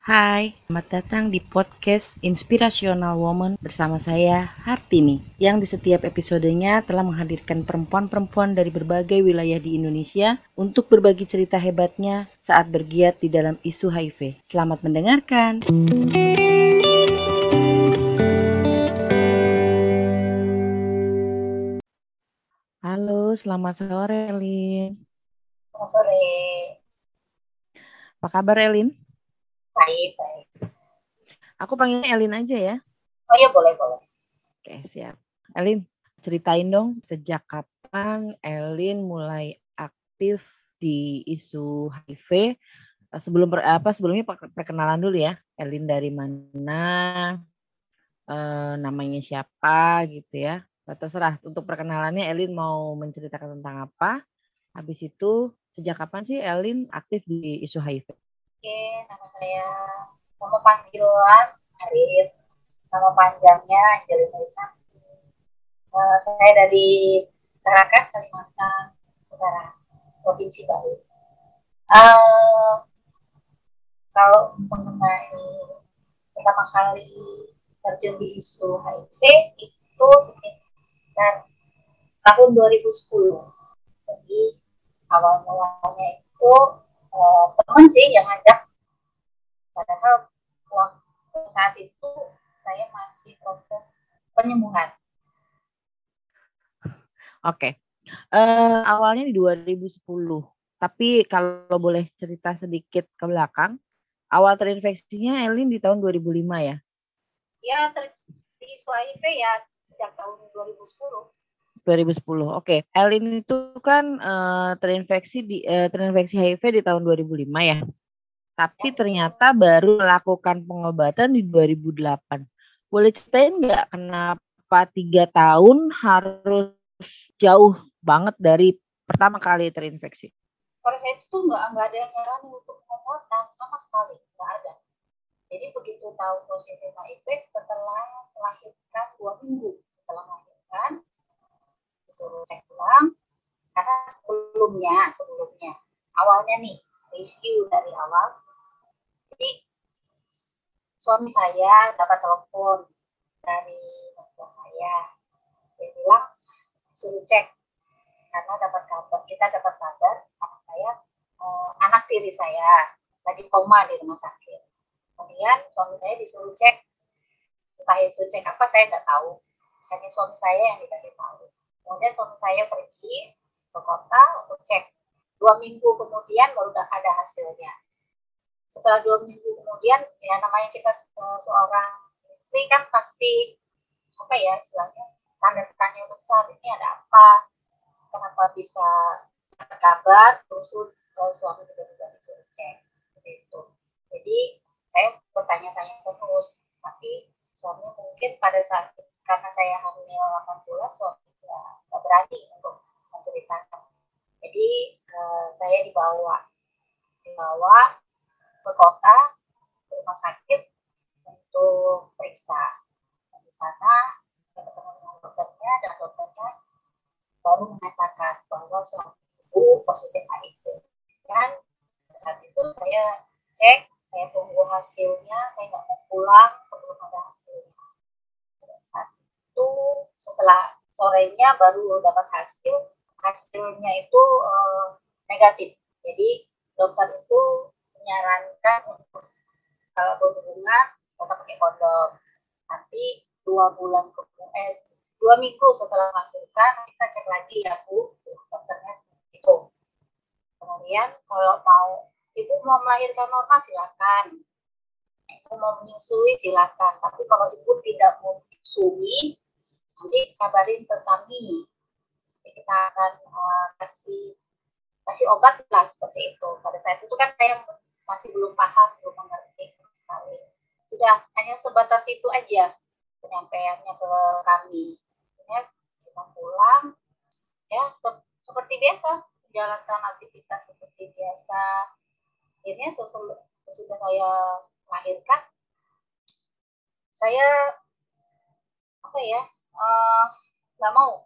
Hai, selamat datang di podcast Inspirational Woman bersama saya, Hartini, yang di setiap episodenya telah menghadirkan perempuan-perempuan dari berbagai wilayah di Indonesia untuk berbagi cerita hebatnya saat bergiat di dalam isu HIV. Selamat mendengarkan. Halo, selamat sore, Elin. Selamat sore. Apa kabar, Elin? Baik, baik. Aku panggilnya Elin aja ya. Oh iya, boleh. Oke, siap. Elin, ceritain dong sejak kapan Elin mulai aktif di isu HIV. Sebelumnya perkenalan dulu ya. Elin dari mana, namanya siapa gitu ya. Terserah untuk perkenalannya Elin mau menceritakan tentang apa. Habis itu sejak kapan sih Elin aktif di isu HIV? Oke, nama panggilan Arif, nama panjangnya Angelina Isanti. Saya dari Tarakan, Kalimantan Utara, Provinsi Bali. Uh, Kalau mengenai pertama kali terjun di isu HIV itu sekitar tahun 2010. Jadi awal mulanya itu teman sih yang ngajak, padahal waktu saat itu saya masih proses penyembuhan. Oke. Awalnya di 2010. Tapi kalau boleh cerita sedikit ke belakang, awal terinfeksinya Elin di tahun 2005 ya? Ya, di isu HIV ya sejak tahun 2010. 2010. Oke. Elin itu kan terinfeksi HIV di tahun 2005 ya. Tapi Ya, betul. ternyata baru melakukan pengobatan di 2008. Boleh ceritain nggak kenapa 3 tahun harus jauh banget dari pertama kali terinfeksi? Pada saat itu nggak ada yang nyaranin untuk pengobatan sama sekali, nggak ada. Jadi begitu tahu positif HIV setelah melahirkan 2 minggu setelah melahirkan disuruh cek ulang, karena sebelumnya awalnya nih review dari awal. Jadi suami saya dapat telepon dari mertua saya, dia bilang suruh cek karena kita dapat kabar anak tiri saya lagi koma di rumah sakit. Kemudian suami saya disuruh cek, entah itu cek apa saya nggak tahu, hanya suami saya yang dikasih tahu. Kemudian suami saya pergi ke kota untuk cek. 2 minggu kemudian baru ada hasilnya. Setelah 2 minggu kemudian, ya namanya kita seorang istri kan pasti apa ya istilahnya tanda tanya besar, ini ada apa, kenapa bisa kabar terus suami tiba-tiba disuruh cek gitu. Jadi saya bertanya-tanya terus, tapi suami mungkin pada saat karena saya hamil 8 bulan suami nggak berani untuk menceritakan. Jadi saya dibawa ke kota, ke rumah sakit untuk periksa. Di sana saya ketemu dengan dokternya dan dokternya baru mengatakan bahwa suami ibu positif HIV. Dan saat itu saya cek, saya tunggu hasilnya, saya nggak mau pulang sebelum ada hasilnya. Pada saat itu setelah sorenya baru dapat hasilnya itu negatif. Jadi dokter itu menyarankan untuk kalau berhubungan tetap pakai kondom. Nanti 2 minggu setelah melahirkan kita cek lagi ya Bu, dokternya seperti itu. Kemudian kalau ibu mau melahirkan normal silakan, ibu mau menyusui silakan, tapi kalau ibu tidak mau menyusui nanti kabarin ke kami, nanti kita akan kasih obat lah seperti itu. Pada saat itu kan saya masih belum paham, belum mengerti sekali. Sudah hanya sebatas itu aja penyampaiannya ke kami. Akhirnya kita pulang, ya seperti biasa, menjalankan aktivitas seperti biasa. Akhirnya sesudah saya melahirkan, saya apa ya nggak mau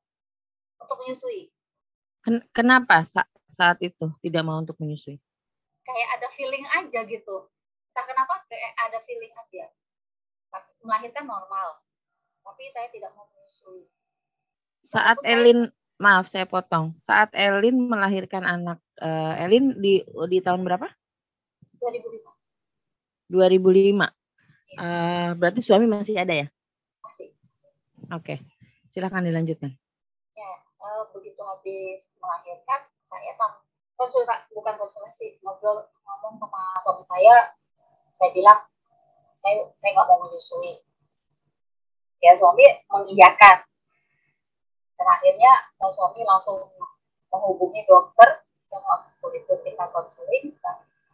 untuk menyusui. Kenapa saat itu tidak mau untuk menyusui? kayak ada feeling aja gitu. Entah kenapa kayak ada feeling aja. Tapi melahirkan normal. Tapi saya tidak mau menyusui. Saat Walaupun saya Elin, maaf saya potong. Saat Elin melahirkan anak, Elin di tahun berapa? 2005. 2005. Ya, Berarti suami masih ada ya? masih. Oke, silakan dilanjutkan. Ya, begitu habis melahirkan, saya bukan konsultasi, ngomong sama suami saya bilang, saya nggak mau menyusui. Ya, suami mengiyakan. Dan akhirnya suami langsung menghubungi dokter yang waktu itu kita konseling, dan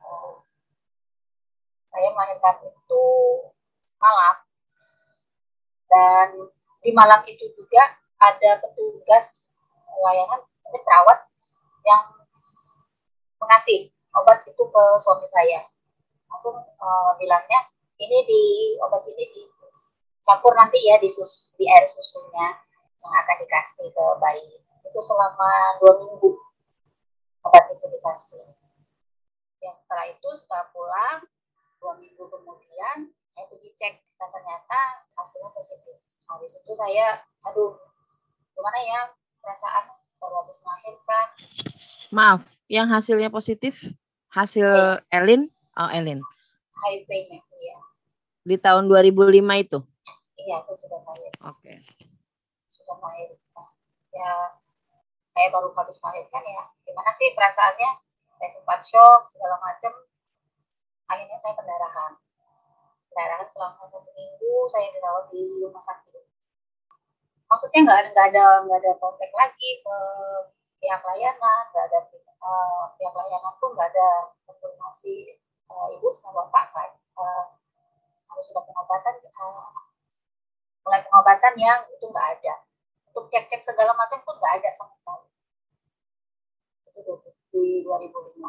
saya melahirkan itu malam. Dan di malam itu juga ada petugas layanan, perawat yang mengasih obat itu ke suami saya. Langsung bilangnya, obat ini dicampur nanti ya di air susunya yang akan dikasih ke bayi. Itu selama 2 minggu obat itu dikasih. Ya, setelah pulang 2 minggu kemudian saya pergi cek, dan ternyata hasilnya positif. Habis itu saya, gimana ya perasaan baru habis melahirkan. Maaf, yang hasilnya positif, hasil Elin, Elin. HIV-nya, iya. Di tahun 2005 itu? Iya, saya sudah lahir. Oke. Sudah lahir. Ya, saya baru habis melahirkan ya. Gimana sih perasaannya? Saya sempat shock, segala macam. Akhirnya saya pendarahan selama 1 minggu. Saya dirawat di rumah sakit. Maksudnya nggak ada kontak lagi ke pihak layanan, nggak ada pihak layanan pun nggak ada konfirmasi ibu sama bapak kan harus sudah pengobatan, mulai pengobatan yang itu nggak ada. Untuk cek segala macam pun nggak ada sama sekali. Itu di 2005.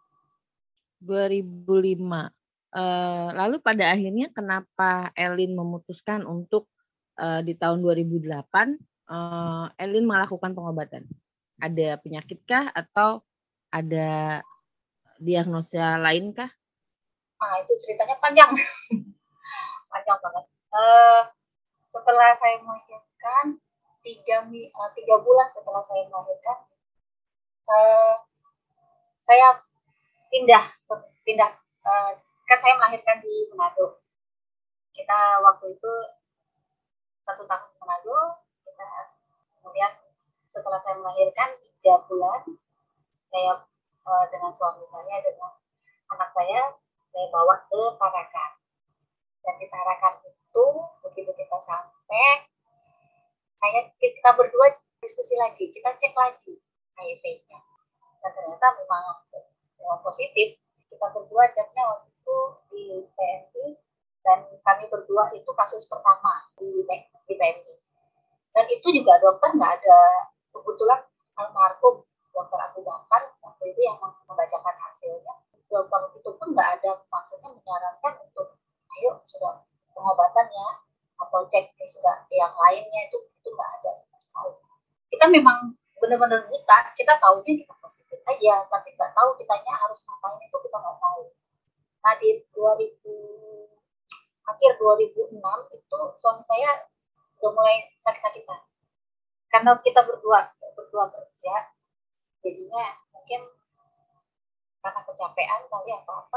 2005. Lalu pada akhirnya kenapa Elin memutuskan untuk di tahun 2008 Elin melakukan pengobatan? Ada penyakitkah atau ada diagnosa lainkah? Itu ceritanya panjang. Panjang banget. Setelah saya melahirkan, 3 bulan setelah saya melahirkan, saya pindah kan saya melahirkan di Manado. Kita waktu itu 1 tahun di Manado. Kemudian setelah saya melahirkan 3 bulan, saya dengan suami saya, dengan anak saya bawa ke Tarakan. Dan di Tarakan itu begitu kita sampai, kita berdua diskusi lagi, kita cek lagi HIV-nya. Dan ternyata memang positif. Kita berdua ceknya waktu itu di PMI, dan kami berdua itu kasus pertama di PMI. Dan itu juga dokter nggak ada, kebetulan almarhum dokter Abu Bakar waktu itu yang membacakan hasilnya. Dokter itu pun nggak ada maksudnya menyarankan untuk ayo sudah pengobatan ya, atau cek yang lainnya, itu nggak ada sama sekali. Kita memang benar-benar buta, kita tahunya kita positif aja, tapi nggak tahu kitanya harus ngapain, itu kita nggak tahu. Nah di akhir 2006 itu suami saya udah mulai sakit-sakitan, karena kita berdua kerja, jadinya mungkin karena kecapean kali apa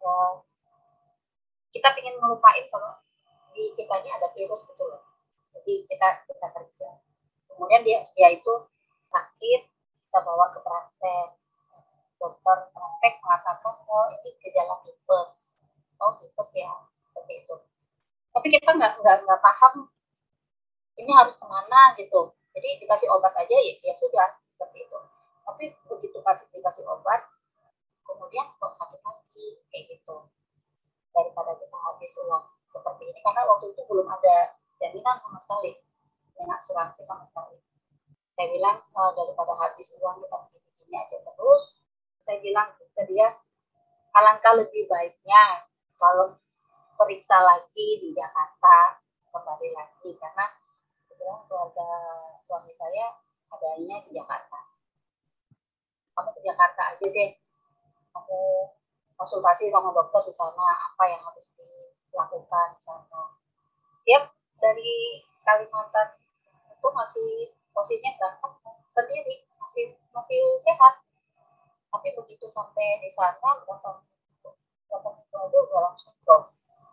kita ingin ngelupain kalau di kita ini ada virus gitu loh. Jadi kita kerja, kemudian dia itu sakit, kita bawa ke praktek. Dokter praktek mengatakan ini gejala tipes. Tipes ya, seperti itu. Tapi kita nggak paham ini harus kemana gitu. Jadi dikasih obat aja ya sudah seperti itu. Tapi begitu dikasih obat, kemudian kok sakit lagi kayak gitu. Daripada kita habis uang seperti ini, karena waktu itu belum ada jaminan sama sekali, dengan asuransi sama sekali. Saya bilang daripada habis uang kita begini aja terus, saya bilang ke dia, alangkah lebih baiknya kalau periksa lagi di Jakarta, kembali lagi, karena kebetulan keluarga suami saya adanya di Jakarta. Kamu ke Jakarta aja deh, kamu konsultasi sama dokter di sana apa yang harus dilakukan di sana. Dia dari Kalimantan itu masih posisinya berangkat sendiri, masih sehat, tapi begitu sampai di sana berapa minggu aja udah langsung drop,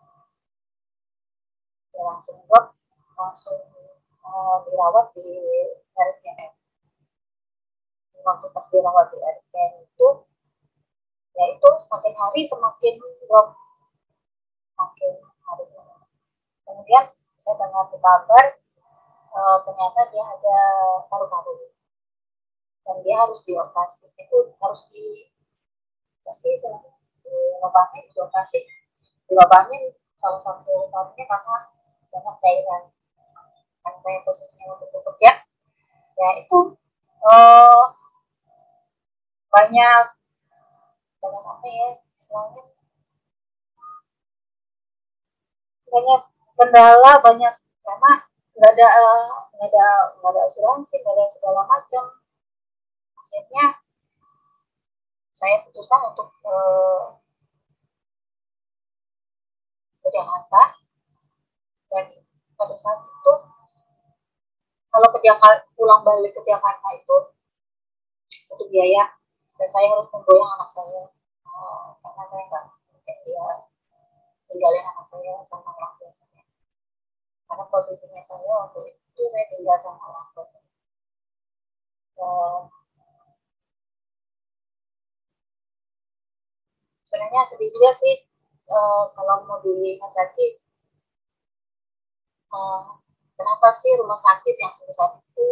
langsung dirawat di RSCM. Waktu pas dirawat di RSCM itu, ya itu semakin hari semakin drop, semakin hari. Kemudian saya dengar kabar ternyata dia ada paru-paru dan dia harus dioperasi. Itu harus dilobangin salah satu parunya karena banyak cairan. Kan saya khususnya untuk bekerja, ya itu uh, banyak apa ya istilahnya, banyak kendala, banyak karena nggak ada asuransi, nggak ada segala macam. Akhirnya saya putuskan untuk ke Jakarta, dan pada saat itu kalau ke Jakarta, pulang balik ke Jakarta itu untuk biaya, dan saya harus memboyong anak saya karena saya nggak mungkin dia tinggalin anak saya sama orang tua saya, karena posisinya saya waktu itu saya tinggal sama orang tua saya. Sebenarnya sedih juga sih kalau mau dilihat lagi, kenapa sih rumah sakit yang sebesar itu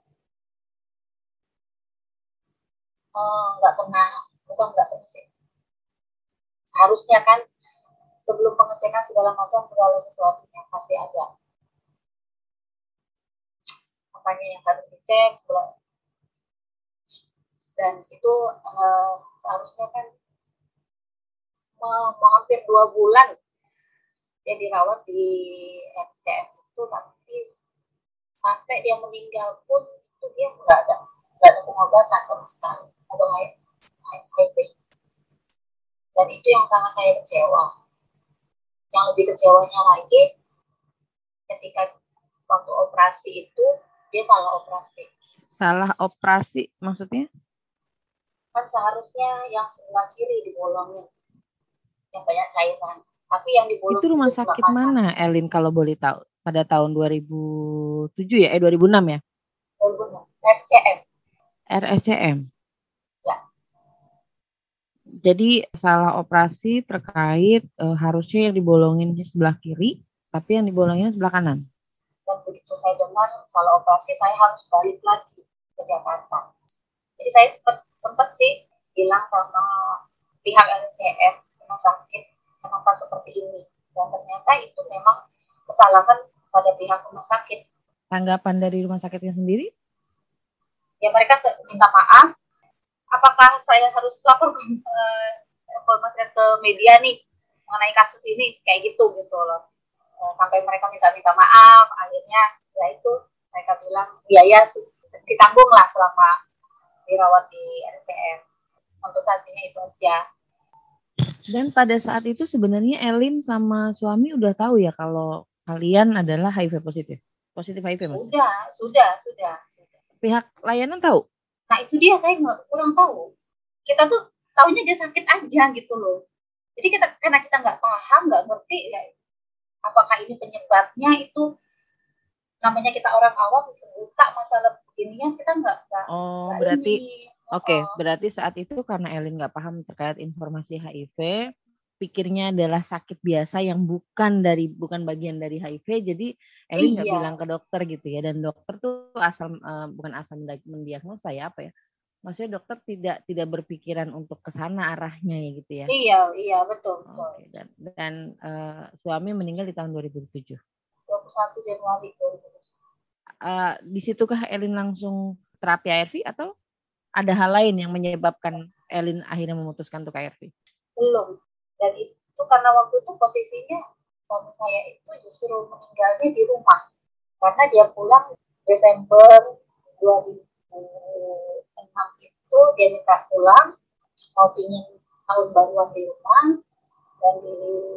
bukan nggak pernah sih, seharusnya kan sebelum pengecekan segala macam segala sesuatunya pasti ada apanya yang harus dicek dan itu seharusnya kan mau hampir 2 bulan dia dirawat di RCM itu, tapi sampai dia meninggal pun itu dia nggak ada pengobatan sama sekali atau HIV, dan itu yang sangat saya kecewa. Yang lebih kecewanya lagi ketika waktu operasi itu dia salah operasi. Salah operasi maksudnya? Kan seharusnya yang sebelah kiri dibolongin, yang banyak cairan. Tapi yang dibolong itu rumah sakit mana, Elin, kalau boleh tahu? Pada tahun 2007 ya? 2006 ya? 2006. RCM. RSCM. Ya. Jadi salah operasi terkait harusnya yang dibolongin di sebelah kiri, tapi yang dibolongin sebelah kanan. Dan begitu saya dengar salah operasi, saya harus balik lagi ke Jakarta. Jadi saya sempat sih bilang sama pihak RCM rumah sakit, kenapa seperti ini? Dan ternyata itu memang kesalahan pada pihak rumah sakit. Tanggapan dari rumah sakitnya sendiri? Ya mereka minta maaf. Apakah saya harus lapor ke media nih mengenai kasus ini, kayak gitu loh. Sampai mereka minta maaf, akhirnya ya itu mereka bilang biaya ditanggung lah selama dirawat di RCM, kompensasinya itu aja. Dan pada saat itu sebenarnya Elin sama suami udah tahu ya kalau kalian adalah HIV positif HIV mas? Sudah. Pihak layanan tahu? Nah itu dia, saya kurang tahu. Kita tuh taunya dia sakit aja gitu loh. Jadi karena kita nggak paham, nggak ngerti ya, apakah ini penyebabnya itu, namanya kita orang awam buta masalah beginian, kita nggak berarti ini. Berarti saat itu karena Elin nggak paham terkait informasi HIV, pikirnya adalah sakit biasa yang bukan bagian dari HIV, jadi Elin nggak bilang ke dokter gitu ya, dan dokter tuh bukan asal mendiagnosa ya, apa ya, maksudnya dokter tidak berpikiran untuk ke sana arahnya ya gitu ya. Iya betul. Dan suami meninggal di tahun 2007. 21 Januari 2007. Di situkah Elin langsung terapi ARV atau ada hal lain yang menyebabkan Elin akhirnya memutuskan untuk ARV? Belum. Dan itu karena waktu itu posisinya suami saya itu justru meninggalnya di rumah. Karena dia pulang Desember 2006 itu dia minta pulang, mau pingin tahun baruan di rumah, dan di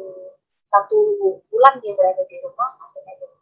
1 bulan dia berada di rumah akhirnya dia,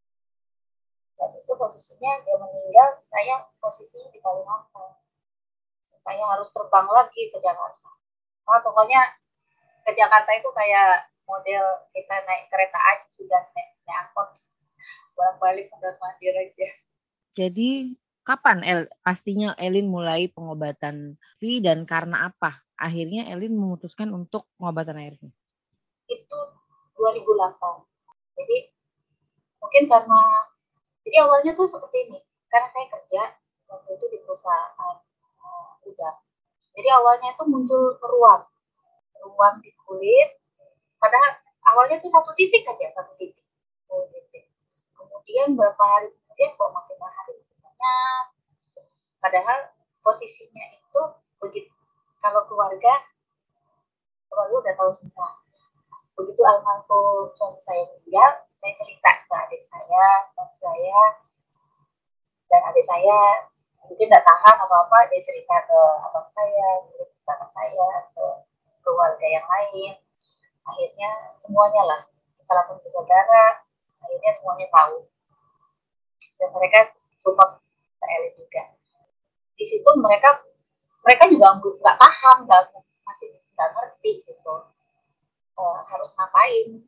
dan itu posisinya dia meninggal, saya posisinya di Kalimantan, saya harus terbang lagi ke Jakarta. Nah, pokoknya ke Jakarta itu kayak model kita naik kereta aja, sudah naik angkot bolak-balik mondar-mandir aja. Jadi kapan pastinya Elin mulai pengobatan ARV dan karena apa akhirnya Elin memutuskan untuk pengobatan ARV? Itu 2008. Jadi mungkin karena, jadi awalnya tuh seperti ini, karena saya kerja waktu itu di perusahaan udang. Jadi awalnya itu muncul ruam di kulit, padahal awalnya tuh satu titik aja, satu titik. Kemudian berapa hari kemudian kok makin hari banyak. Padahal posisinya itu begitu, kalau keluarga udah tahu semua. Begitu almarhum suami saya meninggal, saya cerita ke adik saya, staff saya, dan adik saya mungkin nggak tahan apa-apa, dia cerita ke abang saya, dia cerita ke saya, ke keluarga yang lain. Akhirnya semuanya lah, kalaupun saudara, akhirnya semuanya tahu. Dan mereka support ke Elin juga. Di situ mereka juga nggak paham, masih nggak ngerti gitu, harus ngapain.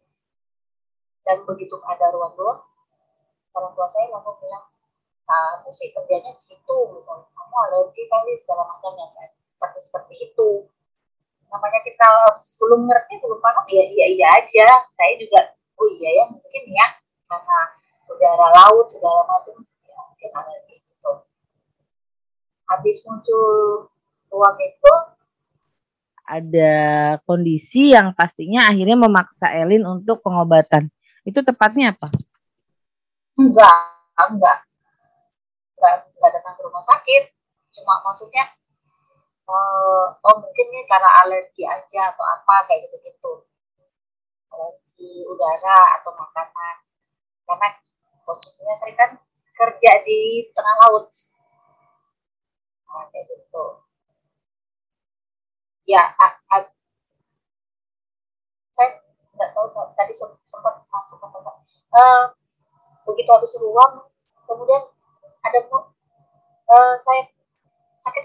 Dan begitu ada ruang-ruang, orang tua saya langsung bilang, kamu sih kerjanya di situ, gitu. Kamu alergi kali segala macam yang seperti itu. Namanya kita belum ngerti, belum paham, ya iya aja. Saya juga, oh iya ya mungkin ya, karena udara laut segala macam, ya mungkin alergi gitu. Habis muncul ruang itu, ada kondisi yang pastinya akhirnya memaksa Elin untuk pengobatan. Itu tepatnya apa? enggak datang ke rumah sakit, cuma maksudnya oh mungkin ini karena alergi aja atau apa kayak gitu, alergi udara atau makanan, karena posisinya sering kan kerja di tengah laut, kayak gitu ya. Saya nggak tahu tadi sempat masuk apa enggak. Begitu habis ruang, kemudian ada saya sakit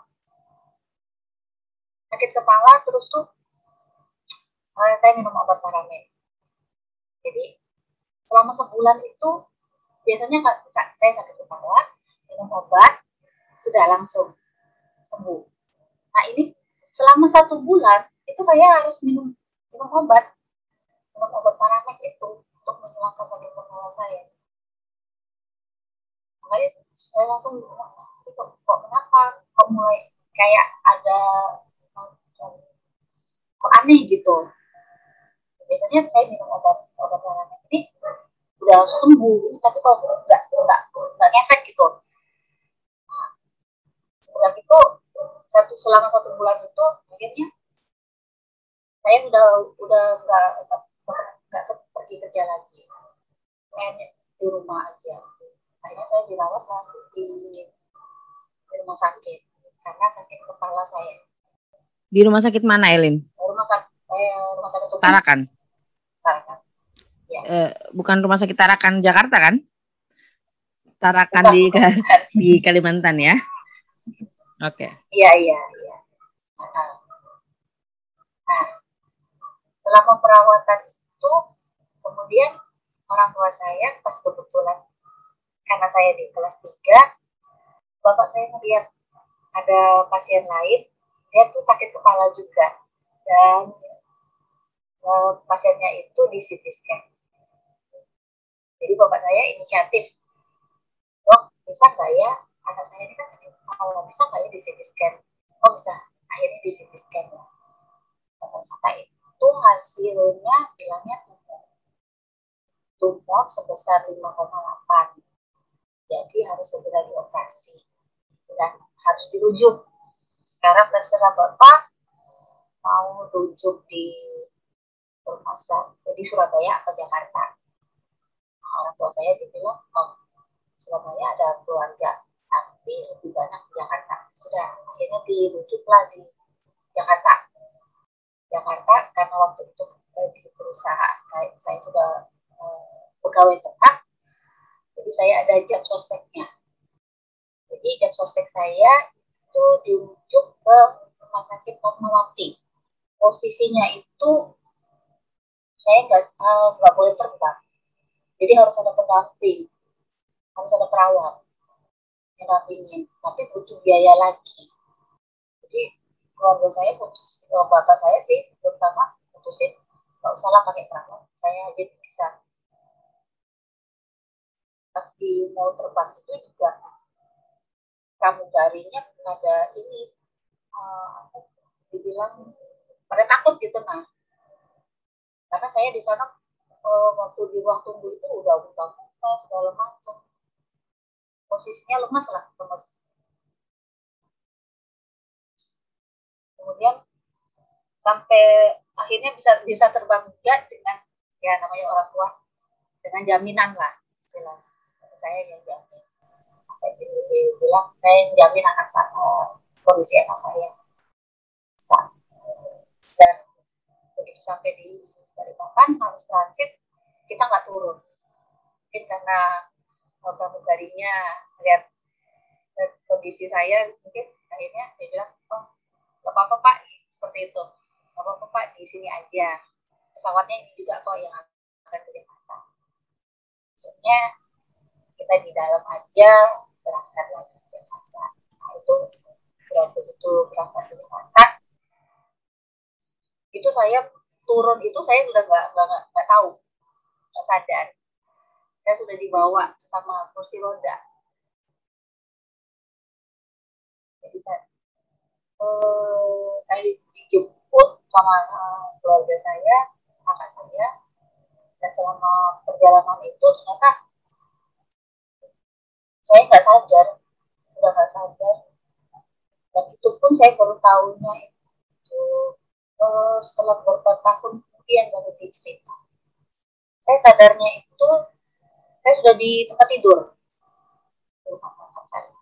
kepala terus tuh, saya minum obat paramen. Jadi selama sebulan itu biasanya saya sakit kepala, minum obat, sudah langsung sembuh. Nah ini selama 1 bulan itu saya harus minum obat paramen itu untuk menghilangkan sakit kepala saya. Makanya saya langsung kok kenapa, kok mulai kayak ada kok aneh gitu. Biasanya saya minum obat paramen ini udah langsung sembuh, tapi kalau nggak ngefek gitu. Setelah itu selama 1 bulan itu akhirnya saya udah nggak pergi kerja lagi, saya di rumah aja. Akhirnya saya dirawat lagi di rumah sakit karena sakit kepala saya. Di rumah sakit mana, Elin? Rumah sakit Tarakan. Ya. Bukan rumah sakit Tarakan Jakarta kan? Tarakan di Kalimantan ya. Oke. Iya. Nah, selama perawatan itu kemudian orang tua saya pas kebetulan, karena saya di kelas 3, bapak saya melihat ada pasien lain, dia tuh sakit kepala juga, dan pasiennya itu di CT scan. Jadi bapak saya inisiatif, dok bisa nggak ya, anak saya ini kan sakit kepala, bisa nggak ya di CT scan? Oh bisa, akhirnya di CT scan. Ternyata itu hasilnya bilangnya tumor sebesar 5,8, jadi harus segera dioperasi dan harus dirujuk. Sekarang terserah bapak mau rujuk di rumah sakit di Surabaya atau Jakarta. Nah, orang tua saya dibilang, oh Surabaya ada keluarga, tapi lebih banyak di Jakarta. Sudah, akhirnya dirujuklah di Jakarta. Jakarta karena waktu itu di perusahaan saya sudah pegawai tetap, jadi saya ada jam sosteknya. Jadi jam sostek saya itu dirujuk ke Rumah Sakit Fatmawati. Posisinya itu saya nggak boleh terbang, jadi harus ada pendamping, harus ada perawat yang dampingin, tapi butuh biaya lagi. Jadi keluarga saya putus, bapak saya sih terutama putusin nggak usah lah pakai perawat, saya aja bisa. Pas di mau terbang itu juga pramugarinya pada ini dibilang pada takut gitu. Nah, karena saya di sana waktu di ruang tunggu itu udah muntah-muntah segala macam, posisinya lemas lah, lemas. Kemudian sampai akhirnya bisa terbang juga dengan ya namanya orang tua, dengan jaminan lah istilahnya. Saya yang jamin, bilang saya yang jamin anak saya, kondisi anak saya bisa. Dan begitu sampai di Balikpapan harus transit, kita nggak turun, mungkin karena pramugarinya lihat kondisi saya, mungkin akhirnya dia bilang, oh nggak apa-apa pak, seperti itu, nggak apa-apa pak, di sini aja, pesawatnya ini juga kok yang akan ke Jakarta. Akhirnya kita di dalam aja berangkat lagi ke Jakarta. Nah itu begitu berangkat ke Jakarta, itu saya turun itu saya sudah nggak tahu, nggak sadar, saya sudah dibawa sama kursi roda. Jadi saya dijemput sama keluarga saya, kakak saya, dan selama perjalanan itu ternyata saya nggak sadar, udah nggak sadar, dan itu pun saya baru tahunya itu setelah beberapa tahun kemudian baru dicerita. Saya sadarnya itu saya sudah di tempat tidur di rumah kakak saya.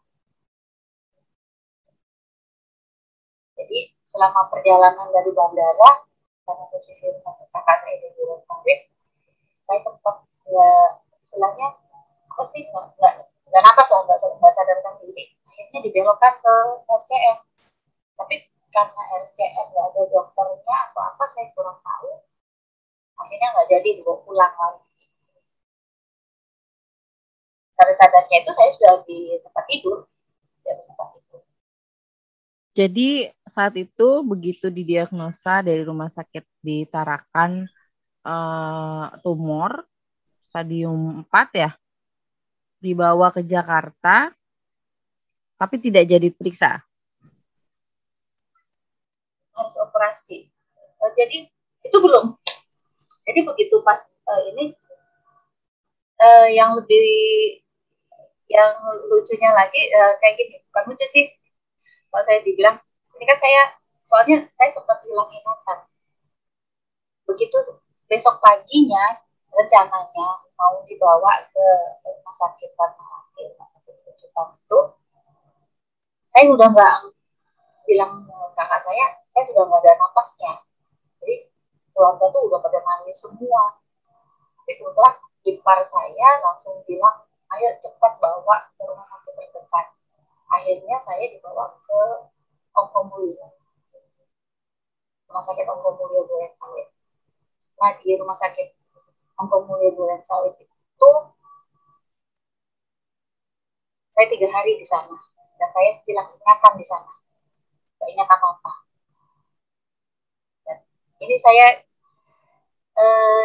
Jadi selama perjalanan dari bandara, karena posisi rumah kakak saya di Duren Sawit, saya sempat nggak, istilahnya apa sih, nggak napas lah, nggak sadarkan diri. Akhirnya dibelokkan ke RCM, tapi karena RCM nggak ada dokternya atau apa saya kurang tahu, akhirnya nggak jadi dibawa pulang lagi. Sadar-sadarnya itu saya sudah di tempat tidur, di tempat tidur. Jadi saat itu begitu didiagnosa dari rumah sakit di Tarakan tumor stadium 4 ya, dibawa ke Jakarta tapi tidak jadi periksa. Harus operasi. Jadi itu belum. Jadi begitu pas ini yang lebih, yang lucunya lagi kayak gini, bukan lucu sih kalau saya dibilang, ini kan saya soalnya saya sempat hilang ingatan. Begitu besok paginya rencananya mau dibawa ke rumah sakit Fatmawati, rumah sakit rujukan itu, saya udah nggak, bilang kakak saya sudah nggak ada napasnya. Jadi keluarga tuh udah pada nangis semua. Tapi kebetulan ipar saya langsung bilang, ayo cepat bawa ke rumah sakit terdekat. Akhirnya saya dibawa ke Ongkomulyo, rumah sakit Ongkomulyo Duren Sawit. Nah di rumah sakit Ongkomulyo Duren Sawit itu saya 3 hari di sana, dan saya hilang ingatan di sana, nggak ingat apa-apa. Dan ini saya eh,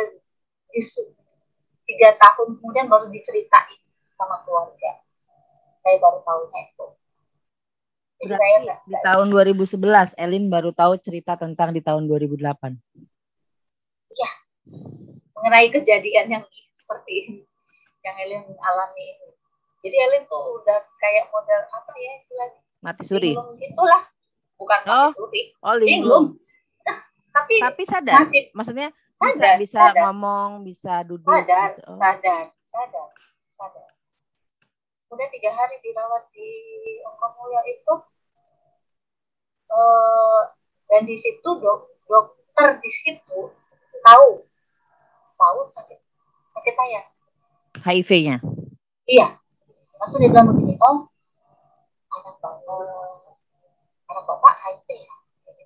3 tahun kemudian baru diceritain sama keluarga, saya baru tahunya itu. Jadi berarti saya di tahun 2011 Elin baru tahu cerita tentang di tahun 2008. Iya, mengenai kejadian yang seperti ini yang Elin alami ini. Jadi Elin tuh udah kayak model apa ya istilahnya, Mati suri. linglung gitulah, bukan mati suri, linglung. Nah, tapi sadar, masih, maksudnya sadar, bisa sadar, ngomong, bisa duduk, sadar, bisa, sadar. Udah 3 hari dirawat di Ongkomulyo itu, Dan di situ dokter di situ tahu sakit saya. HIV-nya. Iya, langsung dia bilang begini, oh anak bapak HIV ya.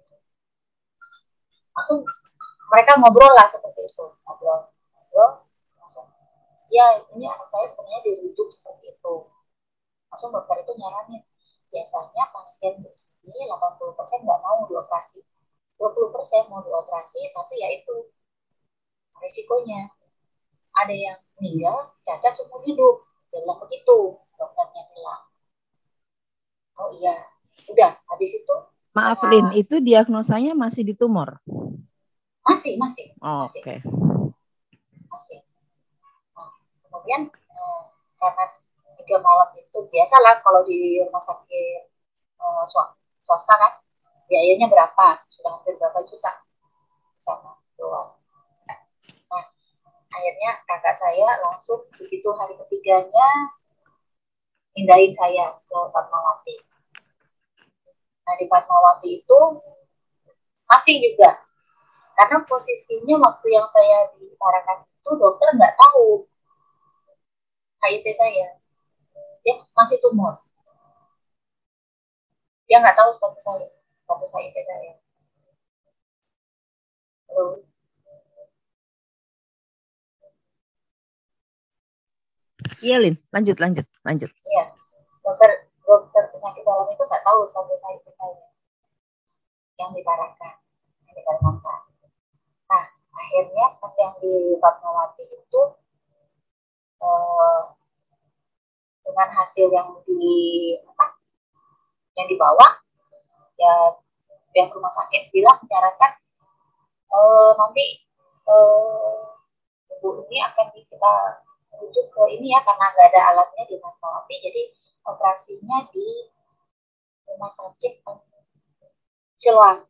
Langsung mereka ngobrol lah seperti itu, ngobrol langsung. Ya ini anak saya sebenarnya dirujuk seperti itu. Langsung dokter itu nyaranin, biasanya pasien begini 80% nggak mau dioperasi, 20% mau dioperasi, tapi ya itu risikonya. Ada yang meninggal, cacat seumur hidup. Dia bilang begitu, dokternya bilang. Oh iya, udah habis itu. Maaf Lin, itu diagnosanya masih di tumor? Masih. Oke. Masih. Nah, kemudian karena 3 malam itu biasalah kalau di rumah sakit swasta kan, biayanya berapa? Sudah hampir berapa juta sama keluar. Nah, akhirnya kakak saya langsung begitu hari ketiganya pindahin saya ke Fatmawati. Nah, di Fatmawati itu masih juga, karena posisinya waktu yang saya ditarakan itu dokter nggak tahu HIV saya, dia masih tumor, dia nggak tahu status HIV saya. Terus Iya Lin, lanjut. iya, dokter penyakit dalam itu nggak tahu status HIV saya yang ditarakan, yang di Kalimantan. Nah, akhirnya pas yang di Fatmawati itu eh, dengan hasil yang dibawa, ya pihak rumah sakit bilang menyarankan nanti ibu ini akan kita rujuk ke ini ya, karena nggak ada alatnya di Fatmawati, jadi operasinya di rumah sakit Siloam.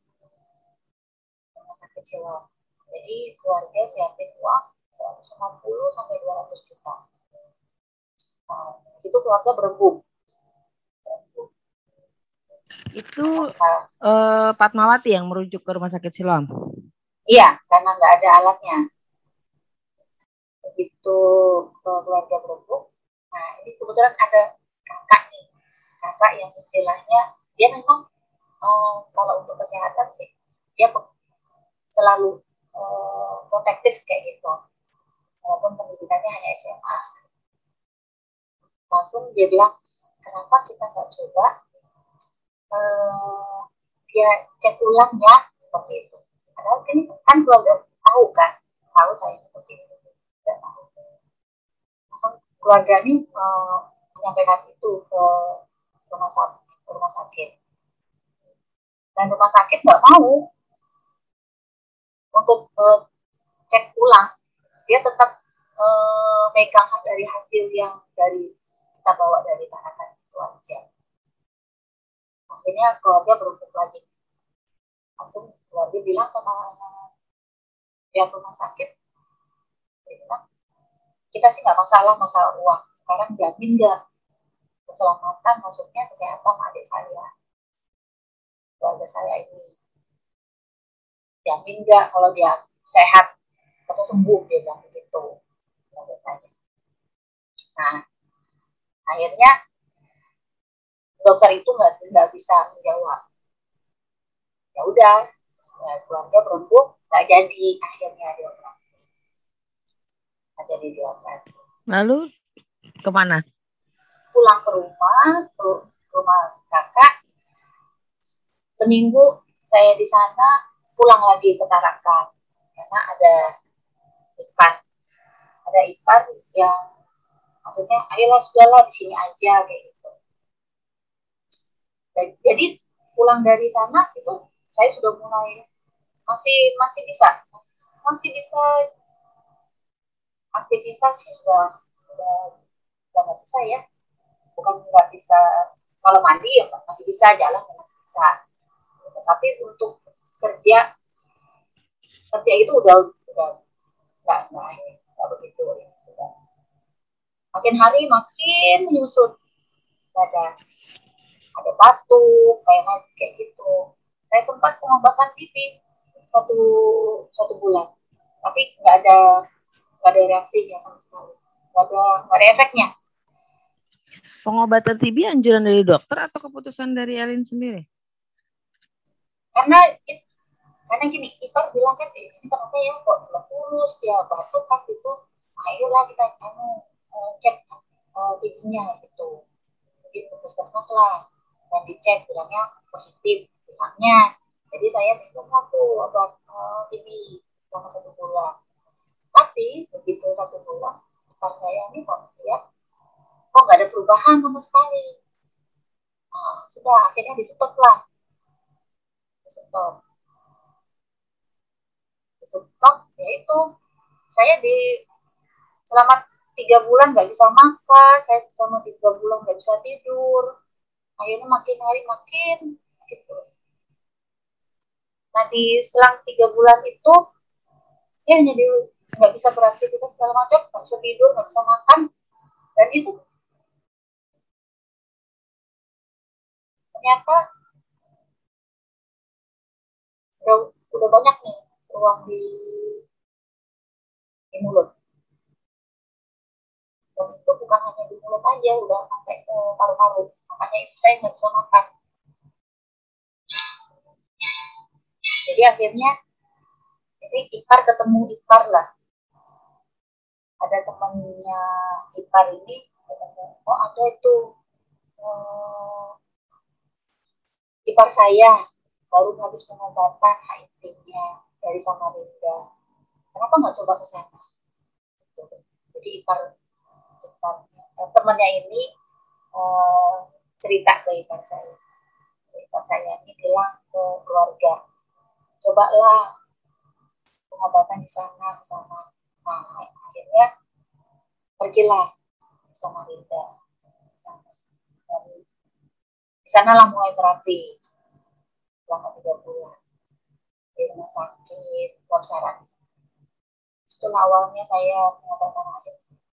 Jadi keluarga siapin uang 150 sampai 200 juta. Nah, itu keluarga berebut. Itu Fatmawati yang merujuk ke rumah sakit Siloam? Iya, karena nggak ada alatnya. Begitu keluarga berebut, nah ini kebetulan ada kakak yang istilahnya dia memang kalau untuk kesehatan sih dia selalu protektif kayak gitu, walaupun pendidikannya hanya SMA. Langsung dia bilang, kenapa kita nggak coba dia cek ulang ya, seperti itu. Padahal kan keluarga tahu saya seperti itu, tidak tahu. Langsung keluarga ini menyampaikan itu ke rumah sakit, dan rumah sakit nggak mau untuk cek ulang. Dia tetap megang dari hasil yang kita bawa dari tarakan itu aja. Akhirnya keluarga berhubung lagi, langsung keluarga bilang sama pihak rumah sakit, bilang, kita sih nggak masalah uang, sekarang jamin nggak keselamatan, maksudnya kesehatan adik saya, keluarga saya ini, jamin nggak kalau dia sehat atau sembuh, dia bilang begitu keluarga saya. Nah, akhirnya dokter itu nggak bisa menjawab. Ya udah, keluarga berembuk, nggak jadi akhirnya dioperasi. Nggak jadi dioperasi. Lalu kemana? Pulang ke rumah kakak. Seminggu saya di sana, pulang lagi ke Tarakan karena ada ipar yang maksudnya ayolah sudahlah di sini aja kayak gitu. Jadi pulang dari sana itu saya sudah mulai masih bisa aktivitas sih, sudah nggak bisa ya, bukan nggak bisa, kalau mandi ya masih bisa, jalan masih bisa, tapi untuk kerja itu udah nggak begitu ya, sudah makin hari makin menyusut badan, ada batuk kayak gitu. Saya sempat pengobatan TB satu satu bulan, tapi nggak ada reaksinya sama sekali, nggak ada efeknya. Pengobatan TB anjuran dari dokter atau keputusan dari Elin sendiri? Karena gini, ipar bilang kan ini kenapa ya kok kurus dia batuk kan gitu, ayolah kita cek TB-nya gitu di puskesmas lah, dan dicek bilangnya positif bilangnya. Jadi saya minum satu obat TB selama 1 bulan. Tapi begitu 1 bulan, ipar saya ini kok lihat kok nggak ada perubahan sama sekali. Sudah akhirnya di stop lah, di stop, yaitu saya selama 3 bulan nggak bisa makan, saya selama 3 bulan nggak bisa tidur, akhirnya makin hari makin gitu. Nah di selang 3 bulan itu dia jadi nggak bisa beraktivitas segala macam, nggak bisa tidur, nggak bisa makan, dan itu ternyata udah banyak nih ruang di mulut. Dan itu bukan hanya di mulut aja, udah sampai ke paru-paru, makanya itu saya nggak bisa makan. Jadi akhirnya ini ipar ketemu ipar lah, ada temannya ipar ini ketemu, oh ada itu ipar saya baru habis pengobatan HIV-nya dari Samarinda, kenapa nggak coba ke sana? Jadi temannya ini cerita ke ipar saya ini bilang ke keluarga, cobalah pengobatan di sana, ke sana. Nah akhirnya pergilah ke Samarinda di sana. Dan di sanalah mulai terapi selama 3 bulan di rumah sakit Wapsarani. Setelah awalnya saya pengobatan HIV.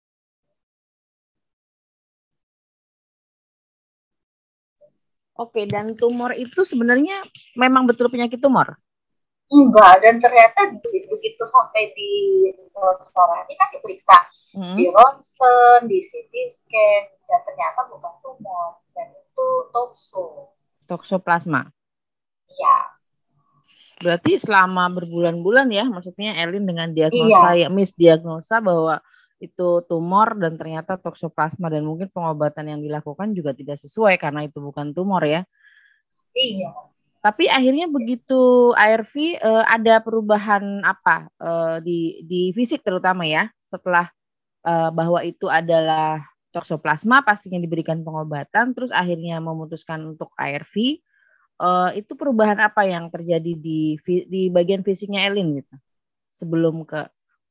Oke, dan tumor itu sebenarnya memang betul penyakit tumor? Enggak, dan ternyata begitu sampai di Wapsarani kan diperiksa di ronsen, di CT scan, dan ternyata bukan tumor, dan itu toksoplasma. Iya. Berarti selama berbulan-bulan ya, maksudnya Elin dengan diagnosa ya misdiagnosa bahwa itu tumor dan ternyata toksoplasma, dan mungkin pengobatan yang dilakukan juga tidak sesuai karena itu bukan tumor ya. Iya. Tapi akhirnya begitu ARV ada perubahan apa di fisik terutama ya, setelah bahwa itu adalah toksoplasma pastinya diberikan pengobatan, terus akhirnya memutuskan untuk ARV. Itu perubahan apa yang terjadi di bagian fisiknya Elin gitu sebelum ke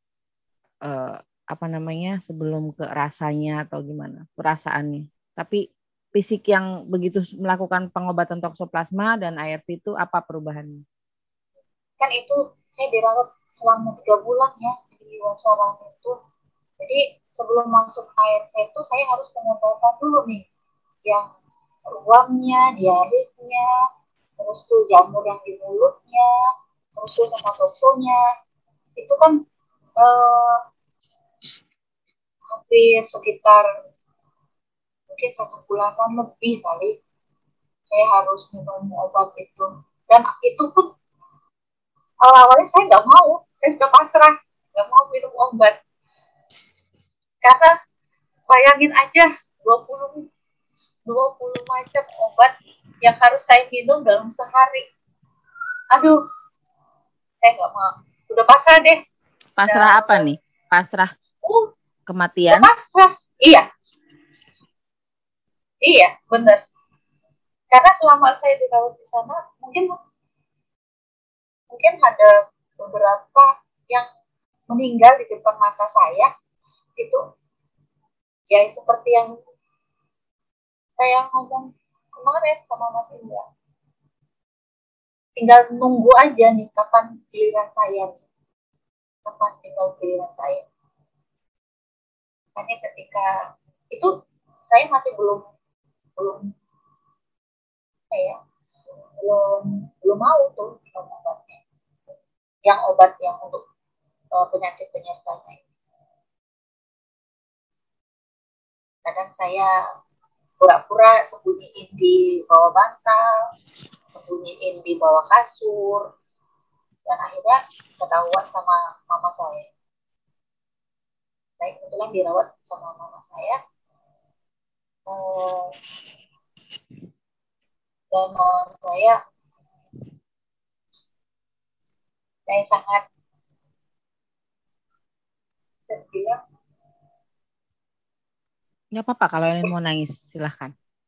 sebelum ke rasanya atau gimana perasaannya, tapi fisik yang begitu melakukan pengobatan toksoplasma dan ARV itu apa perubahannya? Kan itu saya dirawat selama 3 bulan ya di Wapsarani itu. Jadi sebelum masuk ARV itu saya harus pengobatan dulu nih, yang ruamnya, diaritnya, terus tuh jamur yang di mulutnya, terus tuh sama toksonya. Itu kan hampir sekitar mungkin 1 bulanan lebih kali saya harus minum obat itu. Dan itu pun awal-awalnya saya nggak mau, saya sudah pasrah, nggak mau minum obat. Karena bayangin aja 20 macam obat yang harus saya minum dalam sehari. Aduh, saya nggak mau. Udah pasrah deh. Pasrah apa nih? Pasrah kematian? Pasrah, iya. Iya, benar. Karena selama saya dirawat di sana, mungkin ada beberapa yang meninggal di depan mata saya. Itu ya seperti yang saya ngomong kemarin sama Mas Indra. Tinggal nunggu aja nih kapan giliran saya nih. Kapan tinggal giliran saya. Makanya ketika itu saya masih belum belum mau tuh minum obatnya, yang obat yang untuk penyakit penyertanya. Kadang saya pura-pura sembunyiin di bawah bantal, sembunyiin di bawah kasur, dan akhirnya ketahuan sama mama saya. Saya kebetulan dirawat sama mama saya, dan mama saya sangat sedih. Nggak apa-apa kalau Elin mau nangis, silahkan.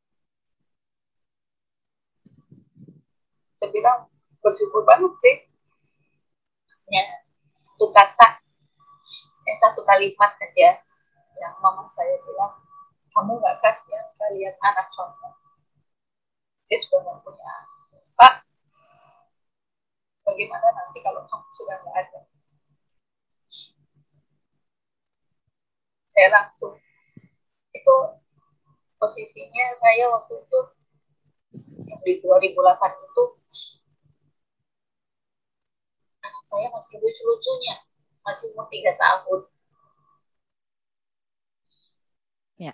Saya bilang bersyukur banget sih, ya satu kata, satu kalimat aja yang mama saya bilang, kamu nggak kasihan kalian anak kamu, dia sudah punya pak, bagaimana nanti kalau kamu sudah nggak ada. Saya langsung, itu posisinya saya waktu itu yang di 2008 itu, anak saya masih lucu-lucunya, masih umur 3 tahun. Ya.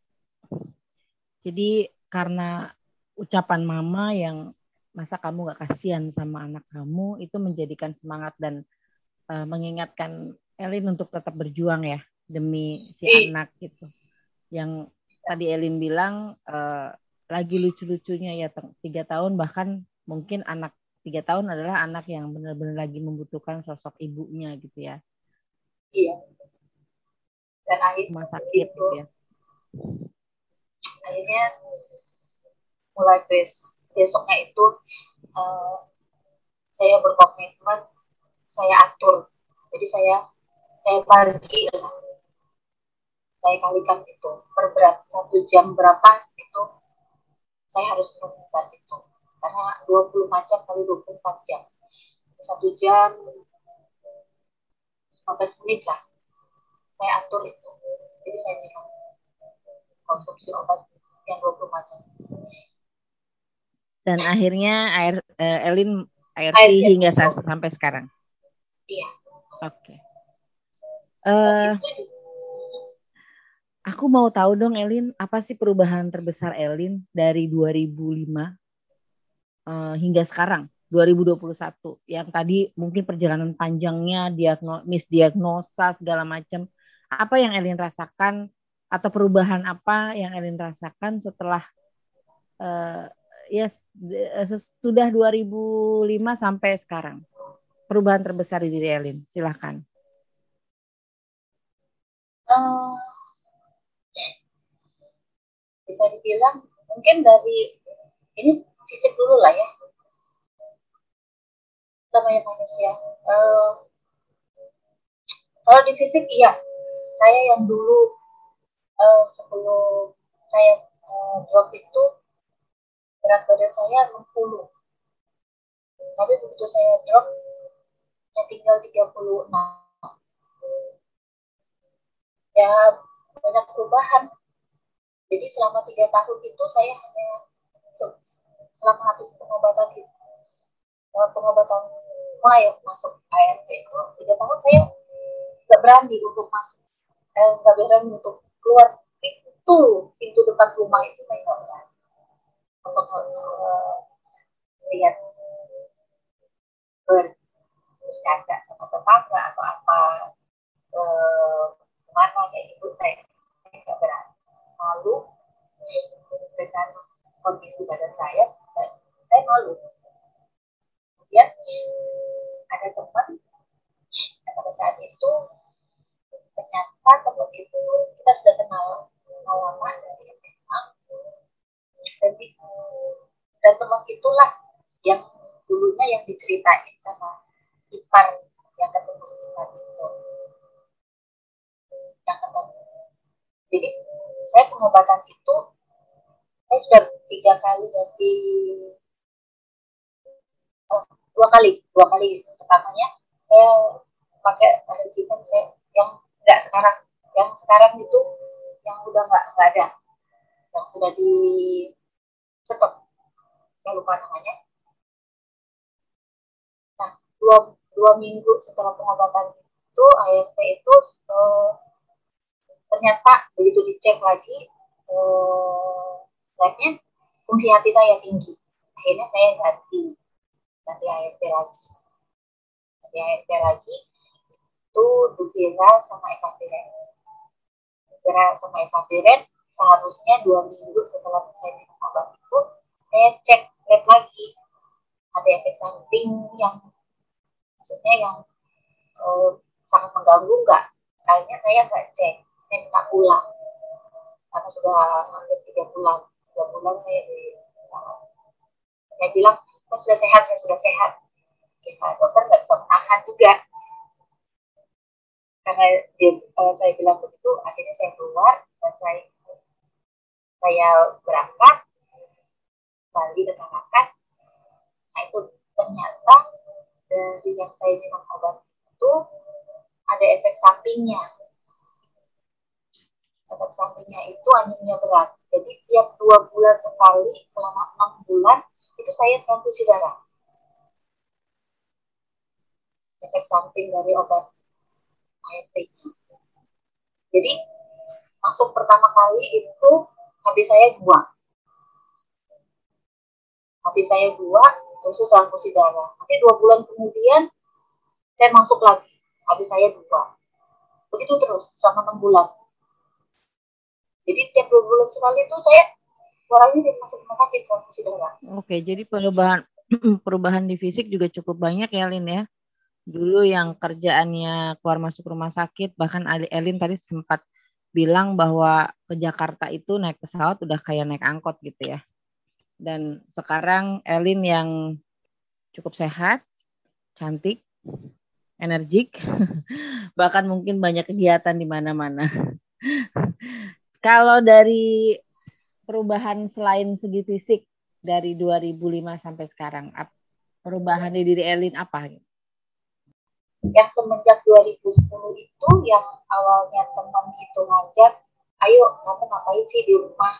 Jadi karena ucapan mama yang masa kamu gak kasihan sama anak kamu, itu menjadikan semangat dan mengingatkan Elin untuk tetap berjuang ya demi si anak gitu. Yang tadi Elin bilang lagi lucu-lucunya ya 3 tahun, bahkan mungkin anak 3 tahun adalah anak yang benar-benar lagi membutuhkan sosok ibunya gitu ya. Iya. Dan akhirnya sakit gitu ya. Akhirnya mulai besoknya itu saya berkomitmen, saya atur. Jadi saya bagi, saya kalikan itu per 1 jam berapa itu saya harus minum obat itu, karena 24 jam kali 24 jam, 1 jam 15 menit lah saya atur itu. Jadi saya minum konsumsi obat yang 24 jam. Dan akhirnya Elin ARV hingga sampai sekarang. Iya. Oke. Aku mau tahu dong Elin, apa sih perubahan terbesar Elin dari 2005 hingga sekarang 2021, yang tadi mungkin perjalanan panjangnya, misdiagnosa segala macam. Apa yang Elin rasakan atau perubahan apa yang Elin rasakan setelah sesudah 2005 sampai sekarang? Perubahan terbesar di diri Elin, silahkan. Bisa dibilang mungkin dari ini fisik dulu lah ya, namanya manusia. Kalau di fisik iya, saya yang dulu sebelum saya drop itu berat badan saya 60, tapi begitu saya drop ya tinggal 36. Ya banyak perubahan. Jadi selama 3 tahun itu saya hanya selama habis pengobatan mulai masuk ARV itu 3 tahun saya nggak berani untuk masuk, nggak berani untuk keluar pintu depan rumah itu, saya nggak berani untuk lihat bercanda sama tetangga atau apa, kemana kayak gitu, saya nggak berani, malu dengan kondisi badan saya malu. Kemudian ada teman yang pada saat itu ternyata teman itu kita sudah kenal lama dari SMA, dan teman itulah yang dulunya yang diceritain sama ipar yang ketemu ipar itu, yang ketemu. Jadi saya pengobatan itu saya sudah 3 kali ganti, dua kali. Pertamanya saya pakai regimen saya yang sekarang itu yang udah nggak ada, yang sudah di stop, saya lupa namanya. dua minggu setelah pengobatan itu ART itu ternyata begitu dicek lagi labnya fungsi hati saya tinggi. Akhirnya saya ganti ART lagi. Ganti ART lagi itu Duviral sama Efavirenz. Duviral sama Efavirenz seharusnya 2 minggu setelah saya minum obat itu saya cek lab lagi. Ada efek samping yang maksudnya yang sangat mengganggu nggak? Sekalinya saya nggak cek, saya minta pulang karena sudah hampir 3 bulan saya di saya bilang saya sudah sehat ya dokter nggak bisa menahan juga karena saya bilang begitu. Akhirnya saya keluar dan saya berangkat Bali ke Tarakan. Nah itu ternyata dari yang saya minum obat itu ada efek sampingnya. Efek sampingnya itu anemia berat. Jadi tiap 2 bulan sekali selama 6 bulan itu saya transfusi darah. Efek samping dari obat ART-nya. Jadi masuk pertama kali itu habis saya 2. Terus transfusi darah. Nanti 2 bulan kemudian saya masuk lagi. Habis saya 2. Begitu terus selama 6 bulan. Jadi tiap 2 bulan sekali itu saya orangnya masuk rumah sakit transfusi darah. Oke, jadi perubahan di fisik juga cukup banyak ya, Lin ya. Dulu yang kerjaannya keluar masuk rumah sakit, bahkan Elin tadi sempat bilang bahwa ke Jakarta itu naik pesawat udah kayak naik angkot gitu ya. Dan sekarang Elin yang cukup sehat, cantik, energik, bahkan mungkin banyak kegiatan di mana-mana. Kalau dari perubahan selain segi fisik dari 2005 sampai sekarang, perubahan di diri Elin apa? Yang semenjak 2010 itu yang awalnya teman itu ngajak, ayo kamu ngapain sih di rumah?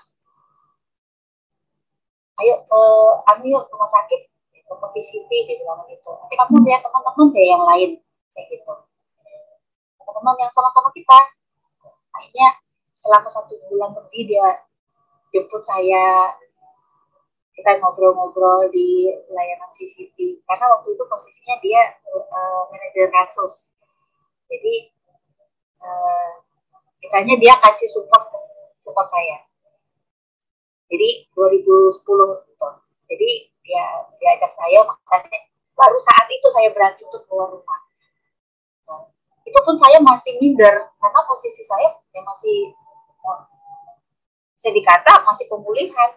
Ayo yuk rumah sakit, ke PCT, dia bilang gitu. Nanti kamu lihat teman-teman deh yang lain, kayak gitu. Teman-teman yang sama-sama kita. Akhirnya selama 1 bulan lebih dia jemput saya, kita ngobrol-ngobrol di layanan VCT. Karena waktu itu posisinya dia manajer kasus. Jadi misalnya dia kasih support saya. Jadi 2010 gitu. Jadi dia ajak saya, makanya baru saat itu saya berani untuk keluar rumah. Nah, itu pun saya masih minder karena posisi saya ya masih bisa dikata masih pemulihan